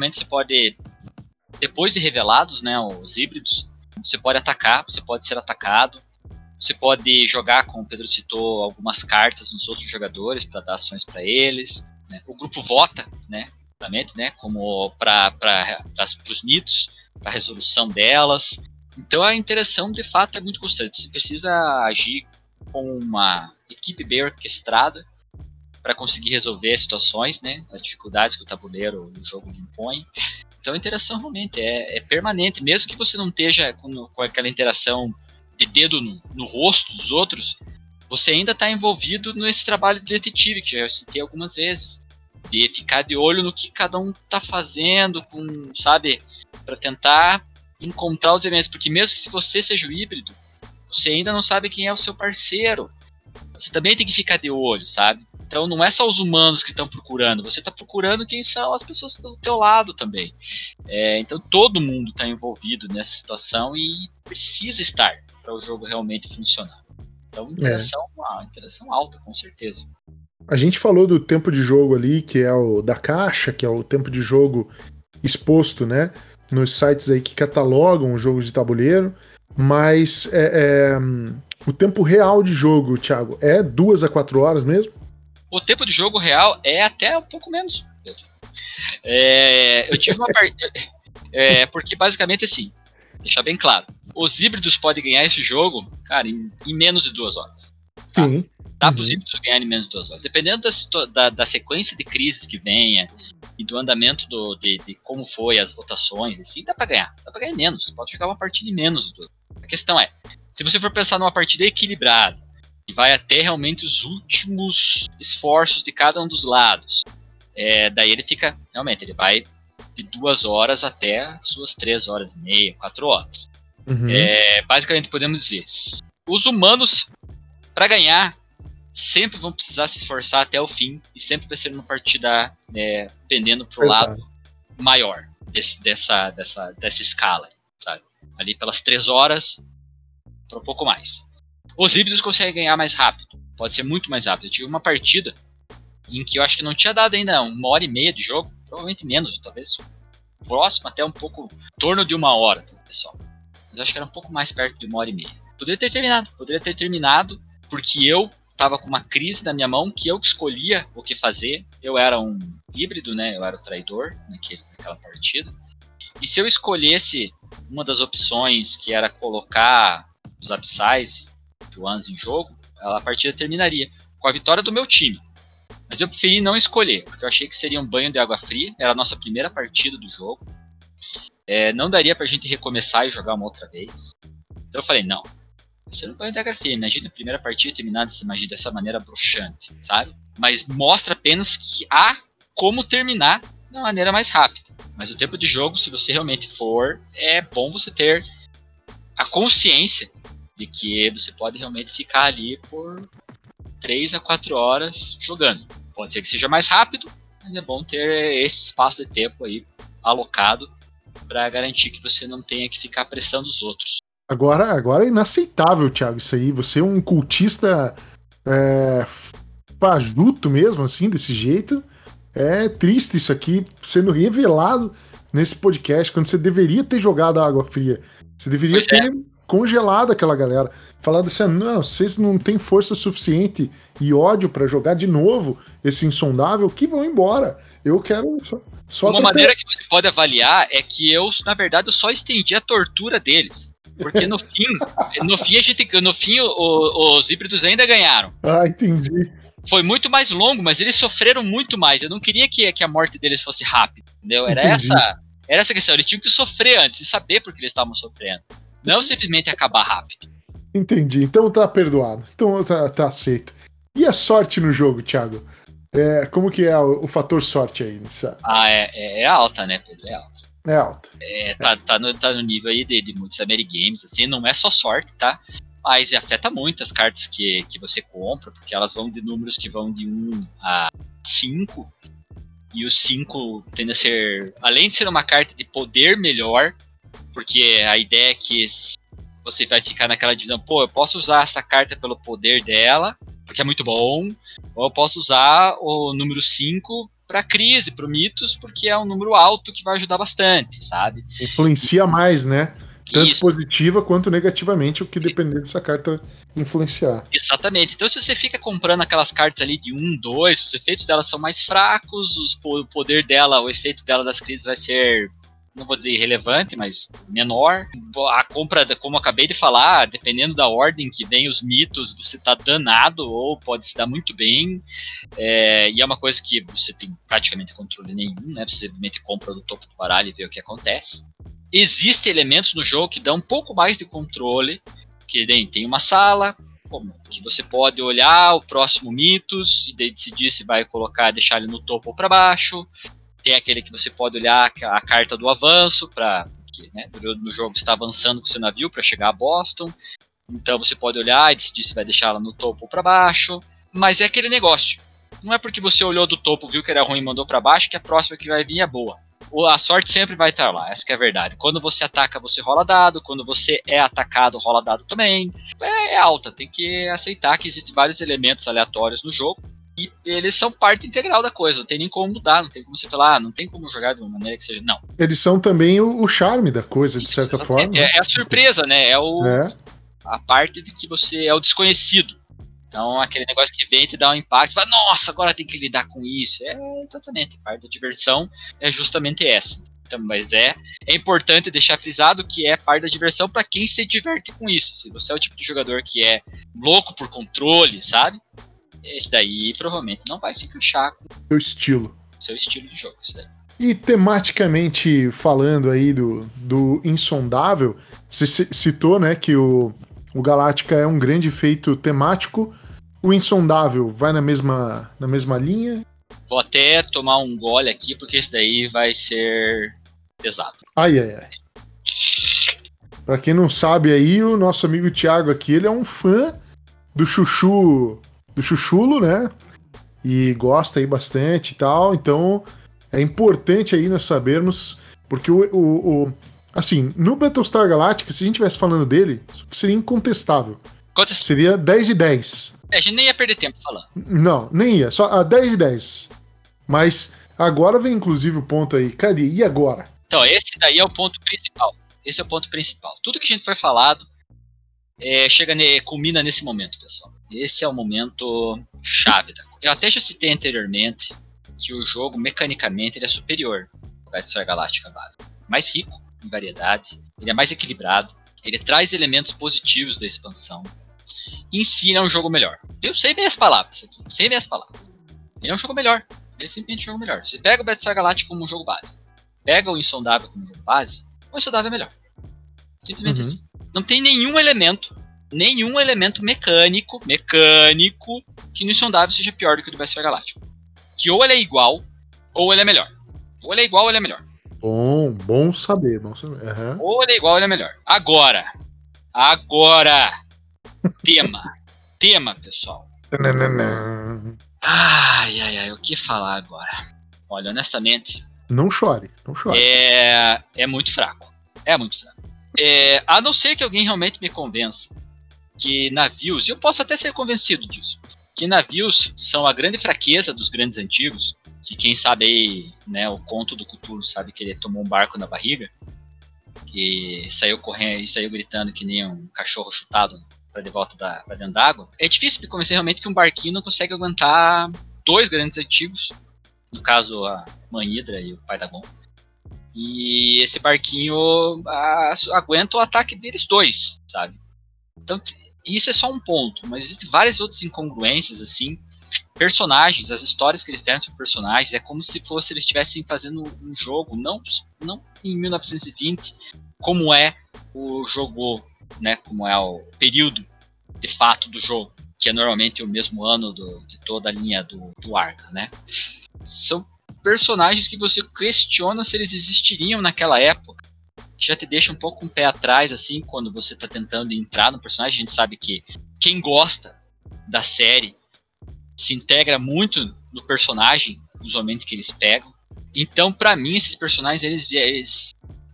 depois de revelados, né, os híbridos, você pode atacar, você pode ser atacado, você pode jogar, como o Pedro citou, algumas cartas nos outros jogadores para dar ações para eles, né? O grupo vota, né, como para os mitos, para a resolução delas. Então a interação de fato é muito constante. Você precisa agir com uma equipe bem orquestrada para conseguir resolver as situações, né, as dificuldades que o tabuleiro e o jogo lhe impõe. Então a interação realmente é permanente, mesmo que você não esteja com aquela interação de dedo no rosto dos outros, você ainda está envolvido nesse trabalho de detetive, que eu citei algumas vezes, de ficar de olho no que cada um está fazendo, sabe, para tentar encontrar os elementos, porque mesmo que se você seja o híbrido, você ainda não sabe quem é o seu parceiro, você também tem que ficar de olho, sabe? Então não é só os humanos que estão procurando, você está procurando quem são as pessoas do teu lado também. Então todo mundo está envolvido nessa situação e precisa estar para o jogo realmente funcionar. Então uma interação alta, com certeza. A gente falou do tempo de jogo ali, que é o da caixa, que é o tempo de jogo exposto, né, nos sites aí que catalogam os jogos de tabuleiro, mas o tempo real de jogo, Thiago, é 2 a 4 horas mesmo? O tempo de jogo real é até um pouco menos. Eu tive uma partida. Porque basicamente assim, deixar bem claro, os híbridos podem ganhar esse jogo, cara, em menos de 2 horas. Tá? Sim. Dá para os híbridos ganharem em menos de 2 horas. Dependendo da sequência de crises que venha e do andamento de como foi as votações, assim, dá para ganhar. Dá para ganhar menos. Pode ficar uma partida em menos de 2 horas. A questão é, se você for pensar numa partida equilibrada, que vai até realmente os últimos esforços de cada um dos lados, daí ele vai de 2 horas até as suas 3 horas e meia, 4 horas. Basicamente podemos dizer, os humanos, para ganhar, sempre vão precisar se esforçar até o fim, e sempre vai ser uma partida pendendo pro lado maior dessa escala, sabe? Ali pelas 3 horas para um pouco mais. Os híbridos conseguem ganhar mais rápido, pode ser muito mais rápido. Eu tive uma partida em que eu acho que não tinha dado ainda 1h30 de jogo, provavelmente menos, talvez próximo até um pouco, em torno de 1 hora, pessoal. Mas eu acho que era um pouco mais perto de 1h30. Poderia ter terminado, porque eu tava com uma crise na minha mão, que eu escolhia o que fazer. Eu era um híbrido, né? Eu era o traidor naquela partida. E se eu escolhesse uma das opções, que era colocar os abissais do Ones em jogo, a partida terminaria com a vitória do meu time. Mas eu preferi não escolher, porque eu achei que seria um banho de água fria. Era a nossa primeira partida do jogo. Não daria pra gente recomeçar e jogar uma outra vez. Então eu falei, não. Você não vai dar grafia, imagina a primeira partida terminar dessa maneira bruxante, sabe? Mas mostra apenas que há como terminar de uma maneira mais rápida. Mas o tempo de jogo, se você realmente for, é bom você ter a consciência de que você pode realmente ficar ali por 3 a 4 horas jogando. Pode ser que seja mais rápido, mas é bom ter esse espaço de tempo aí alocado para garantir que você não tenha que ficar apressando os outros. Agora é inaceitável, Thiago, isso aí. Você é um cultista fajuto mesmo, assim, desse jeito. É triste isso aqui sendo revelado nesse podcast, quando você deveria ter jogado a água fria. Você deveria ter congelado aquela galera. Falado assim, não, vocês não têm força suficiente e ódio pra jogar de novo esse insondável, que vão embora. Eu quero só uma maneira que você pode avaliar é que eu, na verdade, eu só estendi a tortura deles. Porque no fim os híbridos ainda ganharam. Ah, entendi. Foi muito mais longo, mas eles sofreram muito mais. Eu não queria que a morte deles fosse rápida, entendeu? Era essa a questão. Eles tinham que sofrer antes e saber por que eles estavam sofrendo. Não simplesmente acabar rápido. Entendi. Então tá perdoado. Então tá aceito. E a sorte no jogo, Thiago? Como que é o fator sorte aí? Nessa... É alta, né, Pedro? É alta. É alta. Tá no nível aí de muitos Amerigames, assim, não é só sorte, tá? Mas afeta muito as cartas que você compra, porque elas vão de números que vão de 1 a 5, e o 5 tende a ser, além de ser uma carta de poder melhor, porque a ideia é que você vai ficar naquela divisão, pô, eu posso usar essa carta pelo poder dela, porque é muito bom, ou eu posso usar o número 5 pra crise, pro mitos, porque é um número alto que vai ajudar bastante, sabe? Influencia mais, né? Tanto Isso. positiva quanto negativamente, o que depender dessa carta influenciar. Exatamente. Então, se você fica comprando aquelas cartas ali de 1, 2, os efeitos delas são mais fracos, o poder dela, o efeito dela das crises vai ser, não vou dizer irrelevante, mas menor. A compra, como eu acabei de falar, dependendo da ordem que vem os mitos, você tá danado ou pode se dar muito bem. E é uma coisa que você tem praticamente controle nenhum, né? Você simplesmente compra do topo do baralho e vê o que acontece. Existem elementos no jogo que dão um pouco mais de controle, que tem uma sala, que você pode olhar o próximo mitos e decidir se vai deixar ele no topo ou para baixo. Tem aquele que você pode olhar a carta do avanço, porque né, no jogo você está avançando com seu navio para chegar a Boston. Então você pode olhar e decidir se vai deixar ela no topo ou para baixo. Mas é aquele negócio. Não é porque você olhou do topo, viu que era ruim e mandou para baixo, que a próxima que vai vir é boa. A sorte sempre vai estar lá, essa que é a verdade. Quando você ataca, você rola dado. Quando você é atacado, rola dado também. É alta, tem que aceitar que existem vários elementos aleatórios no jogo. E eles são parte integral da coisa, não tem nem como mudar, não tem como você falar, não tem como jogar de uma maneira que seja, não. Eles são também o charme da coisa, de certa forma. É a surpresa, né? A parte de que você é o desconhecido. Então, aquele negócio que vem e te dá um impacto, fala, nossa, agora tem que lidar com isso. Exatamente, a parte da diversão é justamente essa. Então, mas é importante deixar frisado que é parte da diversão para quem se diverte com isso. Se você é o tipo de jogador que é louco por controle, sabe? Esse daí provavelmente não vai se encaixar com seu estilo de jogo. Isso daí. E tematicamente falando aí do Insondável, você citou, né, que o Galáctica é um grande feito temático. O Insondável vai na mesma linha? Vou até tomar um gole aqui, porque esse daí vai ser pesado. Ai. Pra quem não sabe aí, o nosso amigo Thiago aqui, ele é um fã do Chuchulo, né? E gosta aí bastante e tal. Então, é importante aí nós sabermos, porque assim, no Battlestar Galactica, se a gente estivesse falando dele, seria incontestável. Seria 10 de 10. A gente nem ia perder tempo falando. Não, nem ia. Só 10 de 10. Mas agora vem inclusive o ponto aí. Cadê? E agora? Então, esse daí é o ponto principal. Esse é o ponto principal. Tudo que a gente foi falado culmina nesse momento, pessoal. Esse é o momento chave da coisa. Eu até já citei anteriormente que o jogo, mecanicamente, ele é superior ao Battlestar Galactica base. Mais rico em variedade, ele é mais equilibrado, ele traz elementos positivos da expansão. Em si, ele é um jogo melhor. Eu sei bem as palavras aqui, sei bem as palavras. Ele é um jogo melhor, ele é simplesmente um jogo melhor. Você pega o Battlestar Galactica como um jogo base, pega o Insondável como um jogo base, o Insondável é melhor. Simplesmente assim. Não tem nenhum elemento mecânico que no Insondável seja pior do que o do Battlestar Galactica. Que ou ele é igual, ou ele é melhor. Ou ele é igual, ou ele é melhor. Bom saber. Uhum. Ou ele é igual, ou ele é melhor. Agora. Tema, pessoal. Ai, o que falar agora? Olha, honestamente... Não chore, não chore. É muito fraco. É muito fraco. A não ser que alguém realmente me convença que navios, e eu posso até ser convencido disso, que navios são a grande fraqueza dos grandes antigos, que quem sabe aí, né, o conto do Cthulhu sabe que ele tomou um barco na barriga e saiu correndo e saiu gritando que nem um cachorro chutado pra dentro d'água. É difícil de convencer realmente que um barquinho não consegue aguentar dois grandes antigos, no caso a Mãe Hidra e o Pai Dagon. E esse barquinho aguenta o ataque deles dois, sabe? Então, isso é só um ponto, mas existem várias outras incongruências, assim. Personagens, as histórias que eles deram sobre personagens, é como se fosse eles estivessem fazendo um jogo, não em 1920, como é o jogo, né? Como é o período de fato do jogo, que é normalmente o mesmo ano de toda a linha do Arca, né? São personagens que você questiona se eles existiriam naquela época, que já te deixa um pouco um pé atrás, assim, quando você tá tentando entrar no personagem. A gente sabe que quem gosta da série se integra muito no personagem, usualmente que eles pegam. Então, pra mim, esses personagens, eles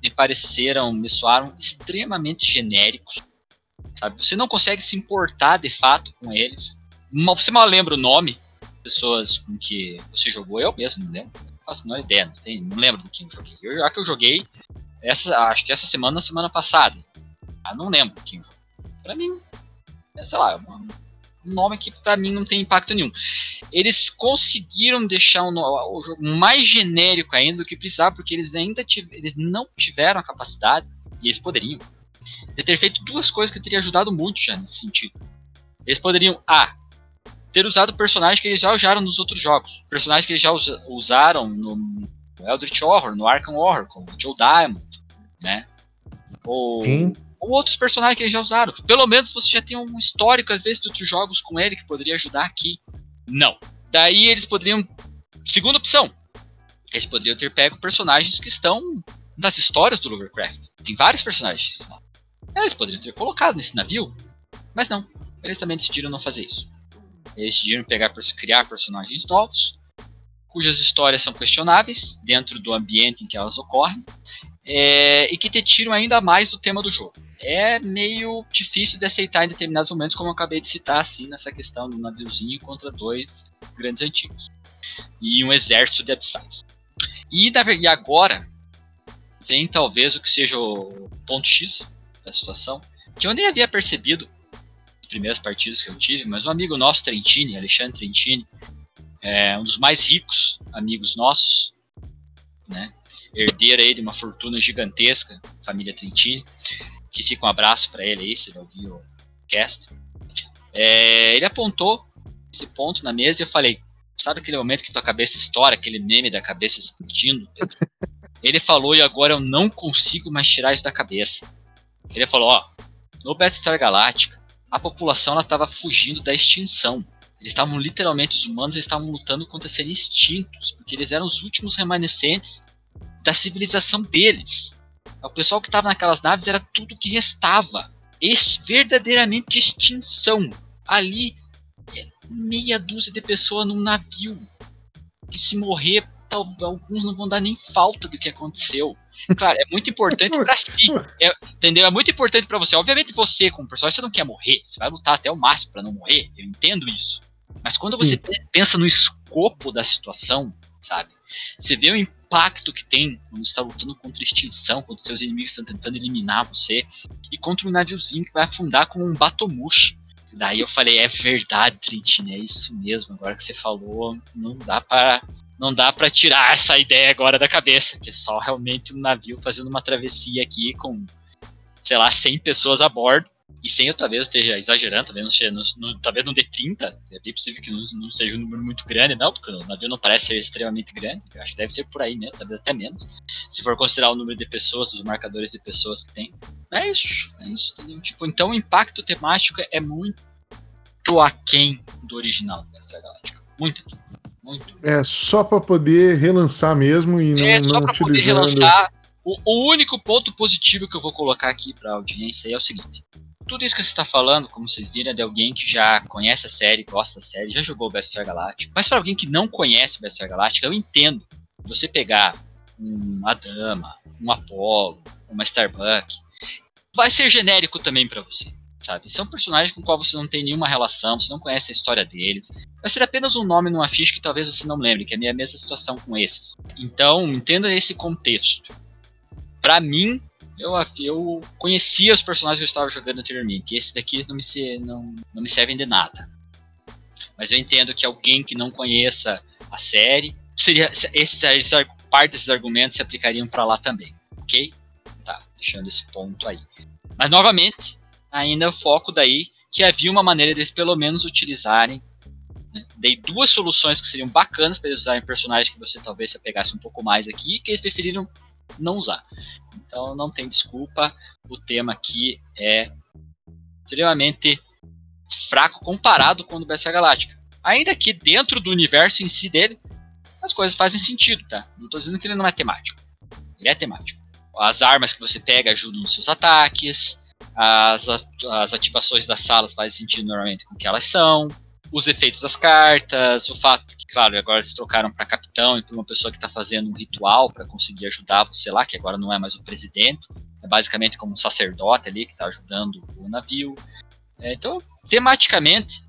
me soaram extremamente genéricos, sabe? Você não consegue se importar de fato com eles. Você mal lembra o nome pessoas com que você jogou. Eu mesmo não lembro, não faço a menor ideia, não lembro do que eu joguei. Já que eu joguei acho que essa semana passada, eu não lembro do que eu joguei. Pra mim, sei lá, um nome que pra mim não tem impacto nenhum. Eles conseguiram deixar o jogo mais genérico ainda do que precisava, porque eles não tiveram a capacidade, e eles poderiam, de ter feito duas coisas que teria ajudado muito já nesse sentido. Eles poderiam, ter usado personagens que eles já usaram nos outros jogos. Personagens que eles já usaram no Eldritch Horror, no Arkham Horror, como o Joe Diamond, né? Ou outros personagens que eles já usaram. Pelo menos você já tem um histórico, às vezes, de outros jogos com ele que poderia ajudar aqui. Não. Daí eles poderiam... Segunda opção. Eles poderiam ter pego personagens que estão nas histórias do Lovecraft. Tem vários personagens lá. Eles poderiam ter colocado nesse navio. Mas não. Eles também decidiram não fazer isso. Eles decidiram criar personagens novos, cujas histórias são questionáveis dentro do ambiente em que elas ocorrem, e que te tiram ainda mais do tema do jogo. É meio difícil de aceitar em determinados momentos, como eu acabei de citar, assim, nessa questão do naviozinho contra dois grandes antigos e um exército de abissais. E agora vem talvez o que seja o ponto X da situação, que eu nem havia percebido primeiras partidas que eu tive, mas um amigo nosso, Trentini, Alexandre Trentini, um dos mais ricos amigos nossos, né? Herdeiro aí de uma fortuna gigantesca, família Trentini, que fica um abraço para ele aí, se ele ouvir o cast. Ele apontou esse ponto na mesa e eu falei, sabe aquele momento que tua cabeça estoura, aquele meme da cabeça explodindo, Pedro? Ele falou e agora eu não consigo mais tirar isso da cabeça. Ele falou, no Battlestar Galactica, a população estava fugindo da extinção. Eles estavam literalmente, os humanos estavam lutando contra serem extintos, porque eles eram os últimos remanescentes da civilização deles. O pessoal que estava naquelas naves era tudo que restava. Verdadeiramente extinção. Ali, meia dúzia de pessoas num navio. Que se morrer, alguns não vão dar nem falta do que aconteceu. Claro, é muito importante pra si, entendeu? É muito importante pra você. Obviamente você, como personagem, você não quer morrer. Você vai lutar até o máximo pra não morrer. Eu entendo isso. Mas quando você pensa no escopo da situação, sabe? Você vê o impacto que tem quando você está lutando contra a extinção, quando seus inimigos estão tentando eliminar você, e contra um naviozinho que vai afundar como um batomushi. Daí eu falei, é verdade, Trentini, é isso mesmo. Agora que você falou, não dá pra tirar essa ideia agora da cabeça, que é só realmente um navio fazendo uma travessia aqui com, sei lá, 100 pessoas a bordo, e 100 talvez eu esteja exagerando, talvez não dê 30, é bem possível que não seja um número muito grande, não, porque o navio não parece ser extremamente grande, eu acho que deve ser por aí mesmo, talvez até menos, se for considerar o número de pessoas, dos marcadores de pessoas que tem. É isso, entendeu? Tipo, então o impacto temático é muito aquém do original dessa galáctica, muito aquém. Muito. É só para poder relançar mesmo e não pra utilizando... poder relançar. O único ponto positivo que eu vou colocar aqui pra audiência é o seguinte. tudo isso que você está falando, como vocês viram, é de alguém que já conhece a série, gosta da série, já jogou o Battlestar Galactica. Mas para alguém que não conhece o Battlestar Galactica, eu entendo você pegar uma Dama, um Apollo, uma Starbuck, vai ser genérico também para você, sabe? São personagens com os quais você não tem nenhuma relação, você não conhece a história deles. Vai ser apenas um nome numa ficha que talvez você não lembre, que é a minha mesma situação com esses. Então, entenda esse contexto. Para mim, eu conhecia os personagens que eu estava jogando anteriormente. Esse daqui não me servem de nada. Mas eu entendo que alguém que não conheça a série, parte desses argumentos se aplicariam para lá também, ok? Tá, deixando esse ponto aí. Mas novamente, ainda o foco daí que havia uma maneira deles pelo menos utilizarem. Né? Dei duas soluções que seriam bacanas para eles usarem personagens que você talvez se apegasse um pouco mais aqui, que eles preferiram não usar. Então não tem desculpa, o tema aqui é extremamente fraco comparado com o do Battlestar Galactica. Ainda que dentro do universo em si dele, as coisas fazem sentido, tá? Não estou dizendo que ele não é temático. Ele é temático. As armas que você pega ajudam nos seus ataques, as ativações das salas fazem sentido normalmente com o que elas são, os efeitos das cartas, o fato que, claro, agora eles trocaram para capitão e para uma pessoa que está fazendo um ritual para conseguir ajudar você lá, que agora não é mais o presidente, é basicamente como um sacerdote ali que está ajudando o navio. Então, tematicamente,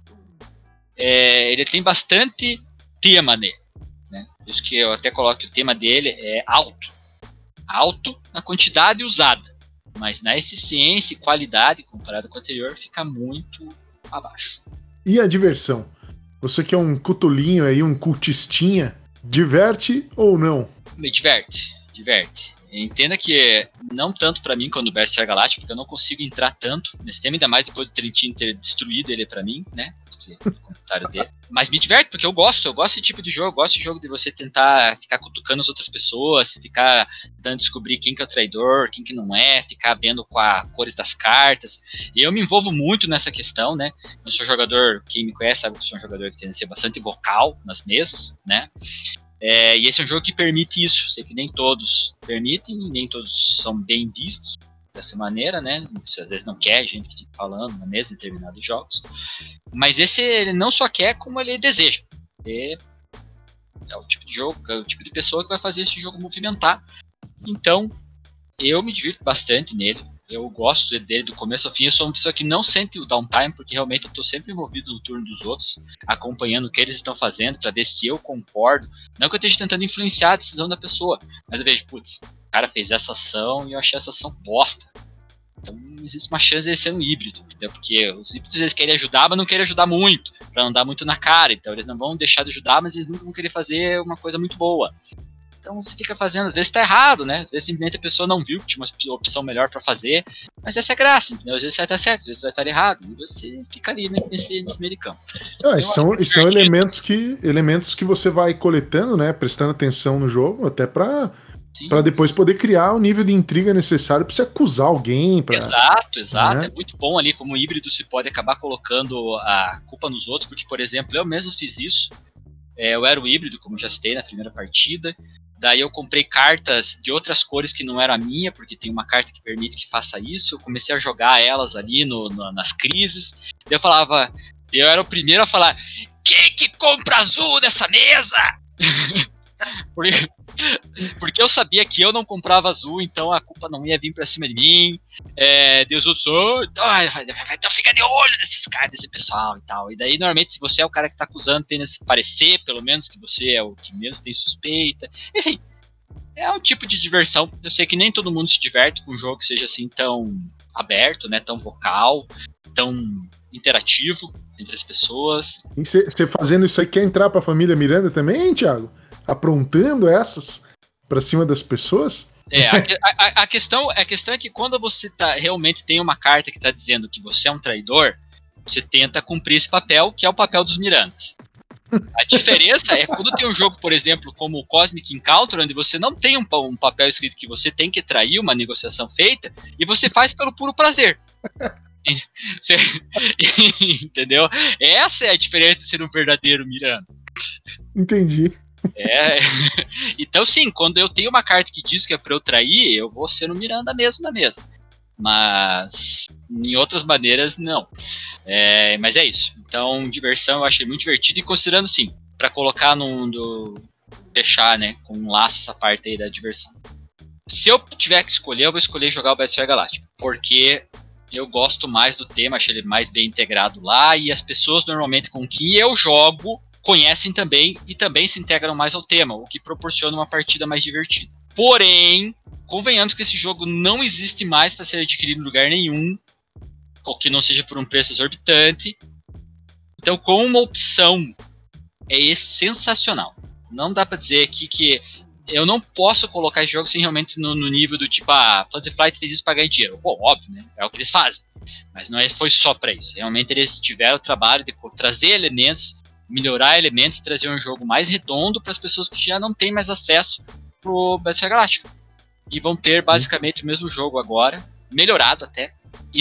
ele tem bastante tema nele. Né? Por isso que eu até coloco que o tema dele é alto. Alto na quantidade usada, mas na eficiência e qualidade, comparado com o anterior, fica muito abaixo. E a diversão? Você que é um cutulinho aí, um cultistinha, diverte ou não? Me diverte. Entenda que não tanto pra mim quanto o Battlestar Galactica, porque eu não consigo entrar tanto nesse tema, ainda mais depois do Trentino ter destruído ele pra mim, né? Esse comentário dele. Mas me diverte, porque eu gosto desse tipo de jogo, eu gosto de jogo de você tentar ficar cutucando as outras pessoas, ficar tentando descobrir quem que é o traidor, quem que não é, ficar vendo com as cores das cartas. E eu me envolvo muito nessa questão, né? Eu sou jogador, quem me conhece sabe que eu sou um jogador que tende a ser bastante vocal nas mesas, né? E esse é um jogo que permite isso. Sei que nem todos permitem, nem todos são bem vistos dessa maneira, né? Você às vezes não quer gente que fique falando na mesa em determinados jogos. Mas esse ele não só quer, como ele deseja. É o tipo de jogo, é o tipo de pessoa que vai fazer esse jogo movimentar. Então, eu me divirto bastante nele. Eu gosto dele do começo ao fim. Eu sou uma pessoa que não sente o downtime, porque realmente eu estou sempre envolvido no turno dos outros, acompanhando o que eles estão fazendo, para ver se eu concordo. Não que eu esteja tentando influenciar a decisão da pessoa, mas eu vejo, putz, o cara fez essa ação e eu achei essa ação bosta. Então existe uma chance de ele ser um híbrido, entendeu? Porque os híbridos eles querem ajudar, mas não querem ajudar muito, para não dar muito na cara. Então eles não vão deixar de ajudar, mas eles nunca vão querer fazer uma coisa muito boa. Então você fica fazendo, às vezes tá errado, né? Às vezes simplesmente a pessoa não viu que tinha uma opção melhor pra fazer, mas essa é a graça, entendeu? Às vezes vai estar certo, às vezes vai estar errado, e você fica ali, né, nesse meio de campo. São elementos que você vai coletando, né? Prestando atenção no jogo, até pra depois poder criar o nível de intriga necessário pra você acusar alguém. Exato. Né? É muito bom ali como híbrido se pode acabar colocando a culpa nos outros, porque, por exemplo, eu mesmo fiz isso. Eu era o híbrido, como já citei na primeira partida. Daí eu comprei cartas de outras cores que não eram a minha, porque tem uma carta que permite que faça isso. Eu comecei a jogar elas ali nas crises. Daí eu era o primeiro a falar: quem que compra azul nessa mesa? Porque eu sabia que eu não comprava azul, então a culpa não ia vir pra cima de mim. Deus outros, então fica de olho nesses caras, desse pessoal e tal. E daí, normalmente, se você é o cara que tá acusando, tem que parecer, pelo menos, que você é o que menos tem suspeita. Enfim, é um tipo de diversão. Eu sei que nem todo mundo se diverte com um jogo que seja assim tão aberto, né, tão vocal, tão interativo entre as pessoas. E você fazendo isso aí, quer entrar pra família Miranda também, Thiago? Aprontando essas pra cima das pessoas? A questão é que quando você realmente tem uma carta que tá dizendo que você é um traidor, você tenta cumprir esse papel, que é o papel dos Mirandas. A diferença é quando tem um jogo, por exemplo, como o Cosmic Encounter, onde você não tem um papel escrito que você tem que trair uma negociação feita, e você faz pelo puro prazer. Entendeu? Essa é a diferença de ser um verdadeiro Miranda. Entendi. Então sim, quando eu tenho uma carta que diz que é pra eu trair, eu vou ser no Miranda mesmo na mesa. mas em outras maneiras não. Mas é isso. Então, diversão eu achei muito divertido, e considerando sim, para colocar fechar, né, com um laço essa parte aí da diversão. Se eu tiver que escolher, eu vou escolher jogar o Battlestar Galactica, porque eu gosto mais do tema, achei ele mais bem integrado lá, e as pessoas normalmente com quem eu jogo conhecem também e também se integram mais ao tema, o que proporciona uma partida mais divertida. Porém, convenhamos que esse jogo não existe mais para ser adquirido em lugar nenhum, ou que não seja por um preço exorbitante. Então, como uma opção, é sensacional. Não dá para dizer aqui que eu não posso colocar esse jogo sem realmente no nível do tipo, Fantasy Flight fez isso para ganhar dinheiro. Bom, óbvio, né? É o que eles fazem. Mas não foi só para isso. Realmente eles tiveram o trabalho de trazer elementos, melhorar elementos e trazer um jogo mais redondo para as pessoas que já não têm mais acesso pro Battlestar Galactica. E vão ter basicamente o mesmo jogo agora, melhorado até.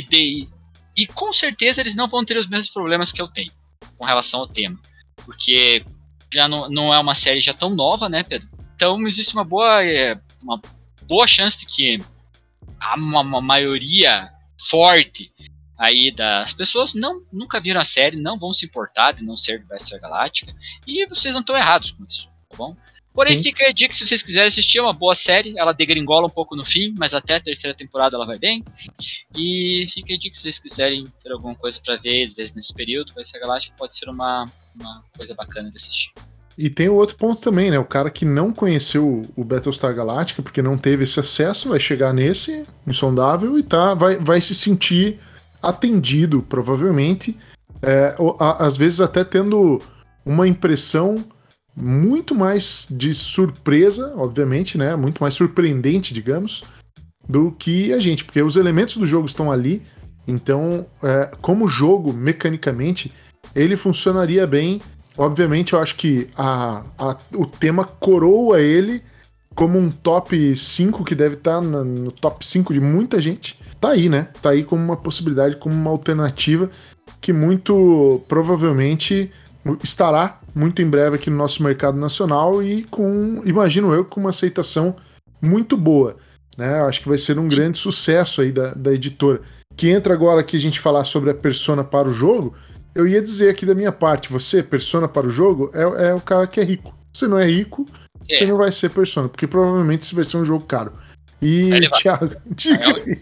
E com certeza eles não vão ter os mesmos problemas que eu tenho com relação ao tema. Porque já não é uma série já tão nova, né, Pedro? Então existe uma boa chance de que uma maioria forte aí das pessoas nunca viram a série, não vão se importar de não ser Battlestar Galactica, e vocês não estão errados com isso, tá bom? Porém, sim, fica a dica, se vocês quiserem assistir, é uma boa série, ela degringola um pouco no fim, mas até a terceira temporada ela vai bem, e fica a dica, se vocês quiserem ter alguma coisa pra ver, às vezes nesse período, Battlestar Galactica pode ser uma coisa bacana de assistir. E tem o outro ponto também, né? O cara que não conheceu o Battlestar Galactica, porque não teve esse acesso, vai chegar nesse, insondável, e vai se sentir atendido, provavelmente. Às vezes até tendo uma impressão muito mais de surpresa, obviamente, né? Muito mais surpreendente, digamos, do que a gente, porque os elementos do jogo estão ali. Então, como jogo, mecanicamente, ele funcionaria bem. Obviamente, eu acho que o tema coroa ele como um top 5 que deve estar no top 5 de muita gente. Tá aí, né? Tá aí como uma possibilidade, como uma alternativa que muito provavelmente estará muito em breve aqui no nosso mercado nacional e imagino eu, com uma aceitação muito boa, né? Eu acho que vai ser um grande sucesso aí da editora. Que entra agora aqui a gente falar sobre a persona para o jogo. Eu ia dizer aqui da minha parte, você, persona para o jogo, é o cara que é rico. Se não é rico, você não vai ser persona, porque provavelmente isso vai ser um jogo caro. E, Thiago, diga aí.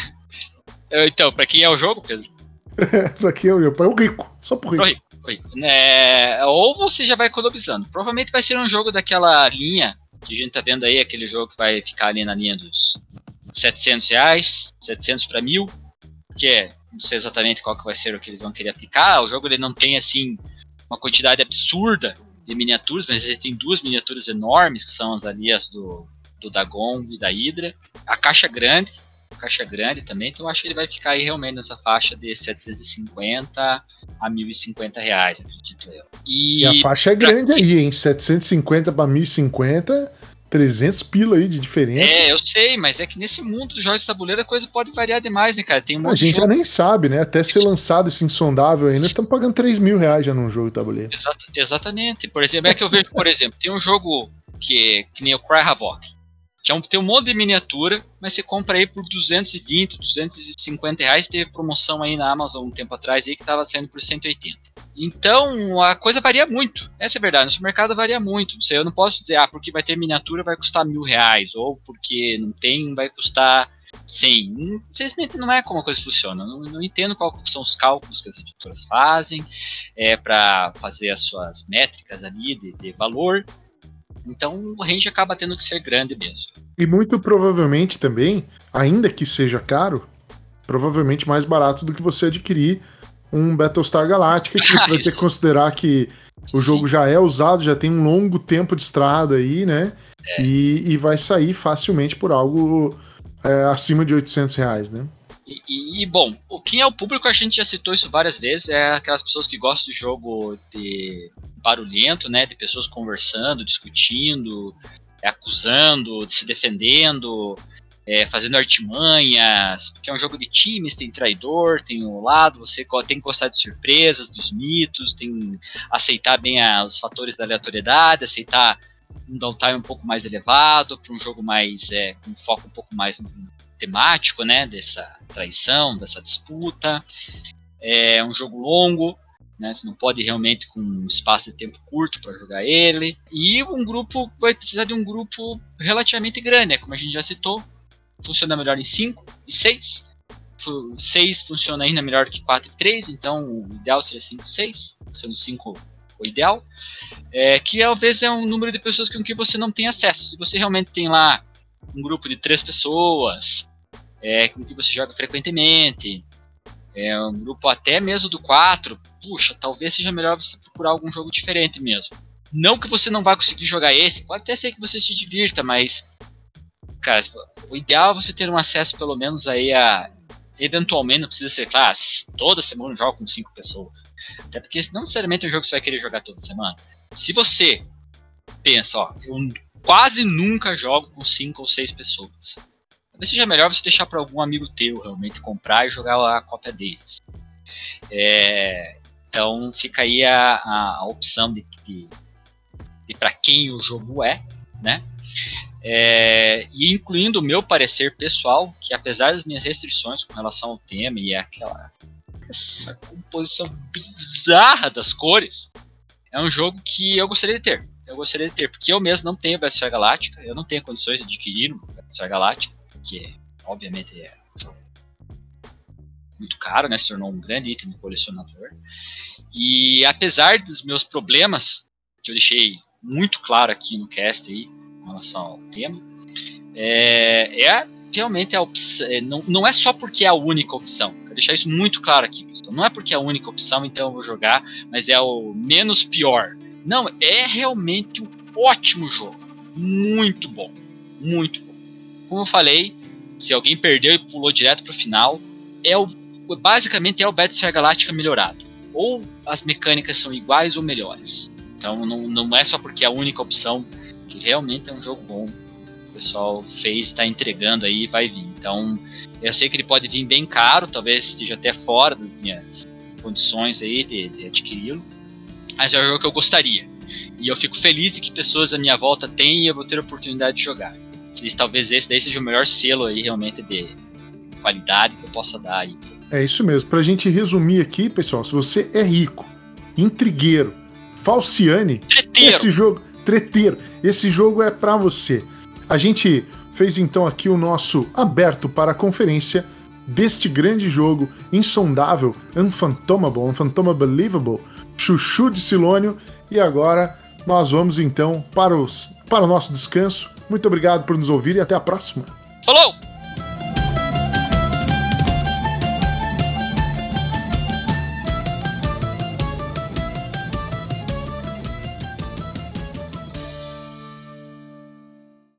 Então, pra quem é o jogo, Pedro? Pra quem é o jogo? É o rico, só pro rico. Ou você já vai economizando. Provavelmente vai ser um jogo daquela linha que a gente tá vendo aí, aquele jogo que vai ficar ali na linha dos R$700, 700 para 1.000, que não sei exatamente qual que vai ser o que eles vão querer aplicar. O jogo ele não tem assim uma quantidade absurda de miniaturas, mas ele tem 2 miniaturas enormes, que são as alias do Dagon e da Hydra. A caixa grande também, então eu acho que ele vai ficar aí realmente nessa faixa de 750 a 1.050 reais, acredito eu. E a faixa é grande aí, hein? 750 para 1.050, 300 pila aí de diferença. Eu sei, mas é que nesse mundo dos jogos de tabuleiro a coisa pode variar demais, né, cara? Tem um monte a gente já nem sabe, né? Até ser lançado esse insondável aí, nós estamos pagando 3 mil reais já num jogo de tabuleiro. Exatamente. Por exemplo, é que eu vejo, por exemplo, tem um jogo que nem o Cry Havoc, que tem um monte de miniatura, mas você compra aí por 220, 250 reais. Teve promoção aí na Amazon um tempo atrás aí que estava saindo por 180. Então a coisa varia muito, essa é a verdade, nosso mercado varia muito. Eu não posso dizer, porque vai ter miniatura vai custar 1.000 reais, ou porque não tem vai custar 100. Infelizmente não é como a coisa funciona. Não entendo quais são os cálculos que as editoras fazem para fazer as suas métricas ali de valor. Então o range acaba tendo que ser grande mesmo. E muito provavelmente também, ainda que seja caro, provavelmente mais barato do que você adquirir um Battlestar Galactica, que você vai ter que considerar que o jogo já é usado, já tem um longo tempo de estrada aí, né? E vai sair facilmente por algo acima de 800 reais, né? Bom, quem é o público, a gente já citou isso várias vezes, é aquelas pessoas que gostam de jogo de barulhento, né, de pessoas conversando, discutindo, acusando, se defendendo, fazendo artimanhas, porque é um jogo de times, tem traidor, tem o lado, você tem que gostar de surpresas, dos mitos, tem que aceitar bem os fatores da aleatoriedade, aceitar um downtime um pouco mais elevado, para um jogo mais com um foco um pouco mais no temático, né, dessa traição, dessa disputa. É um jogo longo, né, você não pode realmente com um espaço de tempo curto para jogar ele. E um grupo vai precisar de um grupo relativamente grande, né, como a gente já citou. Funciona melhor em 5 e 6. 6 funciona ainda melhor que 4 e 3, então o ideal seria 5 e 6, sendo 5 o ideal. Que talvez é um número de pessoas com que você não tem acesso. Se você realmente tem lá um grupo de 3 pessoas, com que você joga frequentemente, um grupo até mesmo do 4, puxa, talvez seja melhor você procurar algum jogo diferente mesmo. Não que você não vá conseguir jogar esse, pode até ser que você se divirta, mas cara, o ideal é você ter um acesso pelo menos aí a, eventualmente, não precisa ser, claro, toda semana eu jogo com 5 pessoas. Até porque não necessariamente é um jogo que você vai querer jogar toda semana. Se você pensa, eu quase nunca jogo com 5 ou 6 pessoas, talvez seja melhor você deixar para algum amigo teu realmente comprar e jogar lá a cópia deles. Então fica aí a opção de para quem o jogo né? E incluindo o meu parecer pessoal, que apesar das minhas restrições com relação ao tema e essa composição bizarra das cores, é um jogo que eu gostaria de ter. Porque eu mesmo não tenho Battlestar Galactica, eu não tenho condições de adquirir o Battlestar Galactica, que obviamente é um jogo muito caro, né? Se tornou um grande item de colecionador. E apesar dos meus problemas, que eu deixei muito claro aqui no cast aí, em relação ao tema, realmente a opção. Não é só porque é a única opção. Quero deixar isso muito claro aqui, pessoal. Não é porque é a única opção, então eu vou jogar, mas é o menos pior. Não, é realmente um ótimo jogo. Muito bom. Muito bom. Como eu falei, se alguém perdeu e pulou direto pro final, basicamente é o Battlestar Galactica melhorado. Ou as mecânicas são iguais ou melhores. Então não é só porque é a única opção, que realmente é um jogo bom. O pessoal fez, está entregando aí e vai vir. Então eu sei que ele pode vir bem caro, talvez esteja até fora das minhas condições aí de adquiri-lo. Mas é um jogo que eu gostaria. E eu fico feliz de que pessoas à minha volta têm e eu vou ter a oportunidade de jogar. Talvez esse daí seja o melhor selo aí realmente de qualidade que eu possa dar aí. É isso mesmo. Pra gente resumir aqui, pessoal, se você é rico, intrigueiro, falciane, treteiro, esse jogo é pra você. A gente fez então aqui o nosso aberto para a conferência deste grande jogo insondável, Unphantomable, Chuchu de Silônio, e agora nós vamos então para o nosso descanso. Muito obrigado por nos ouvir e até a próxima. Falou!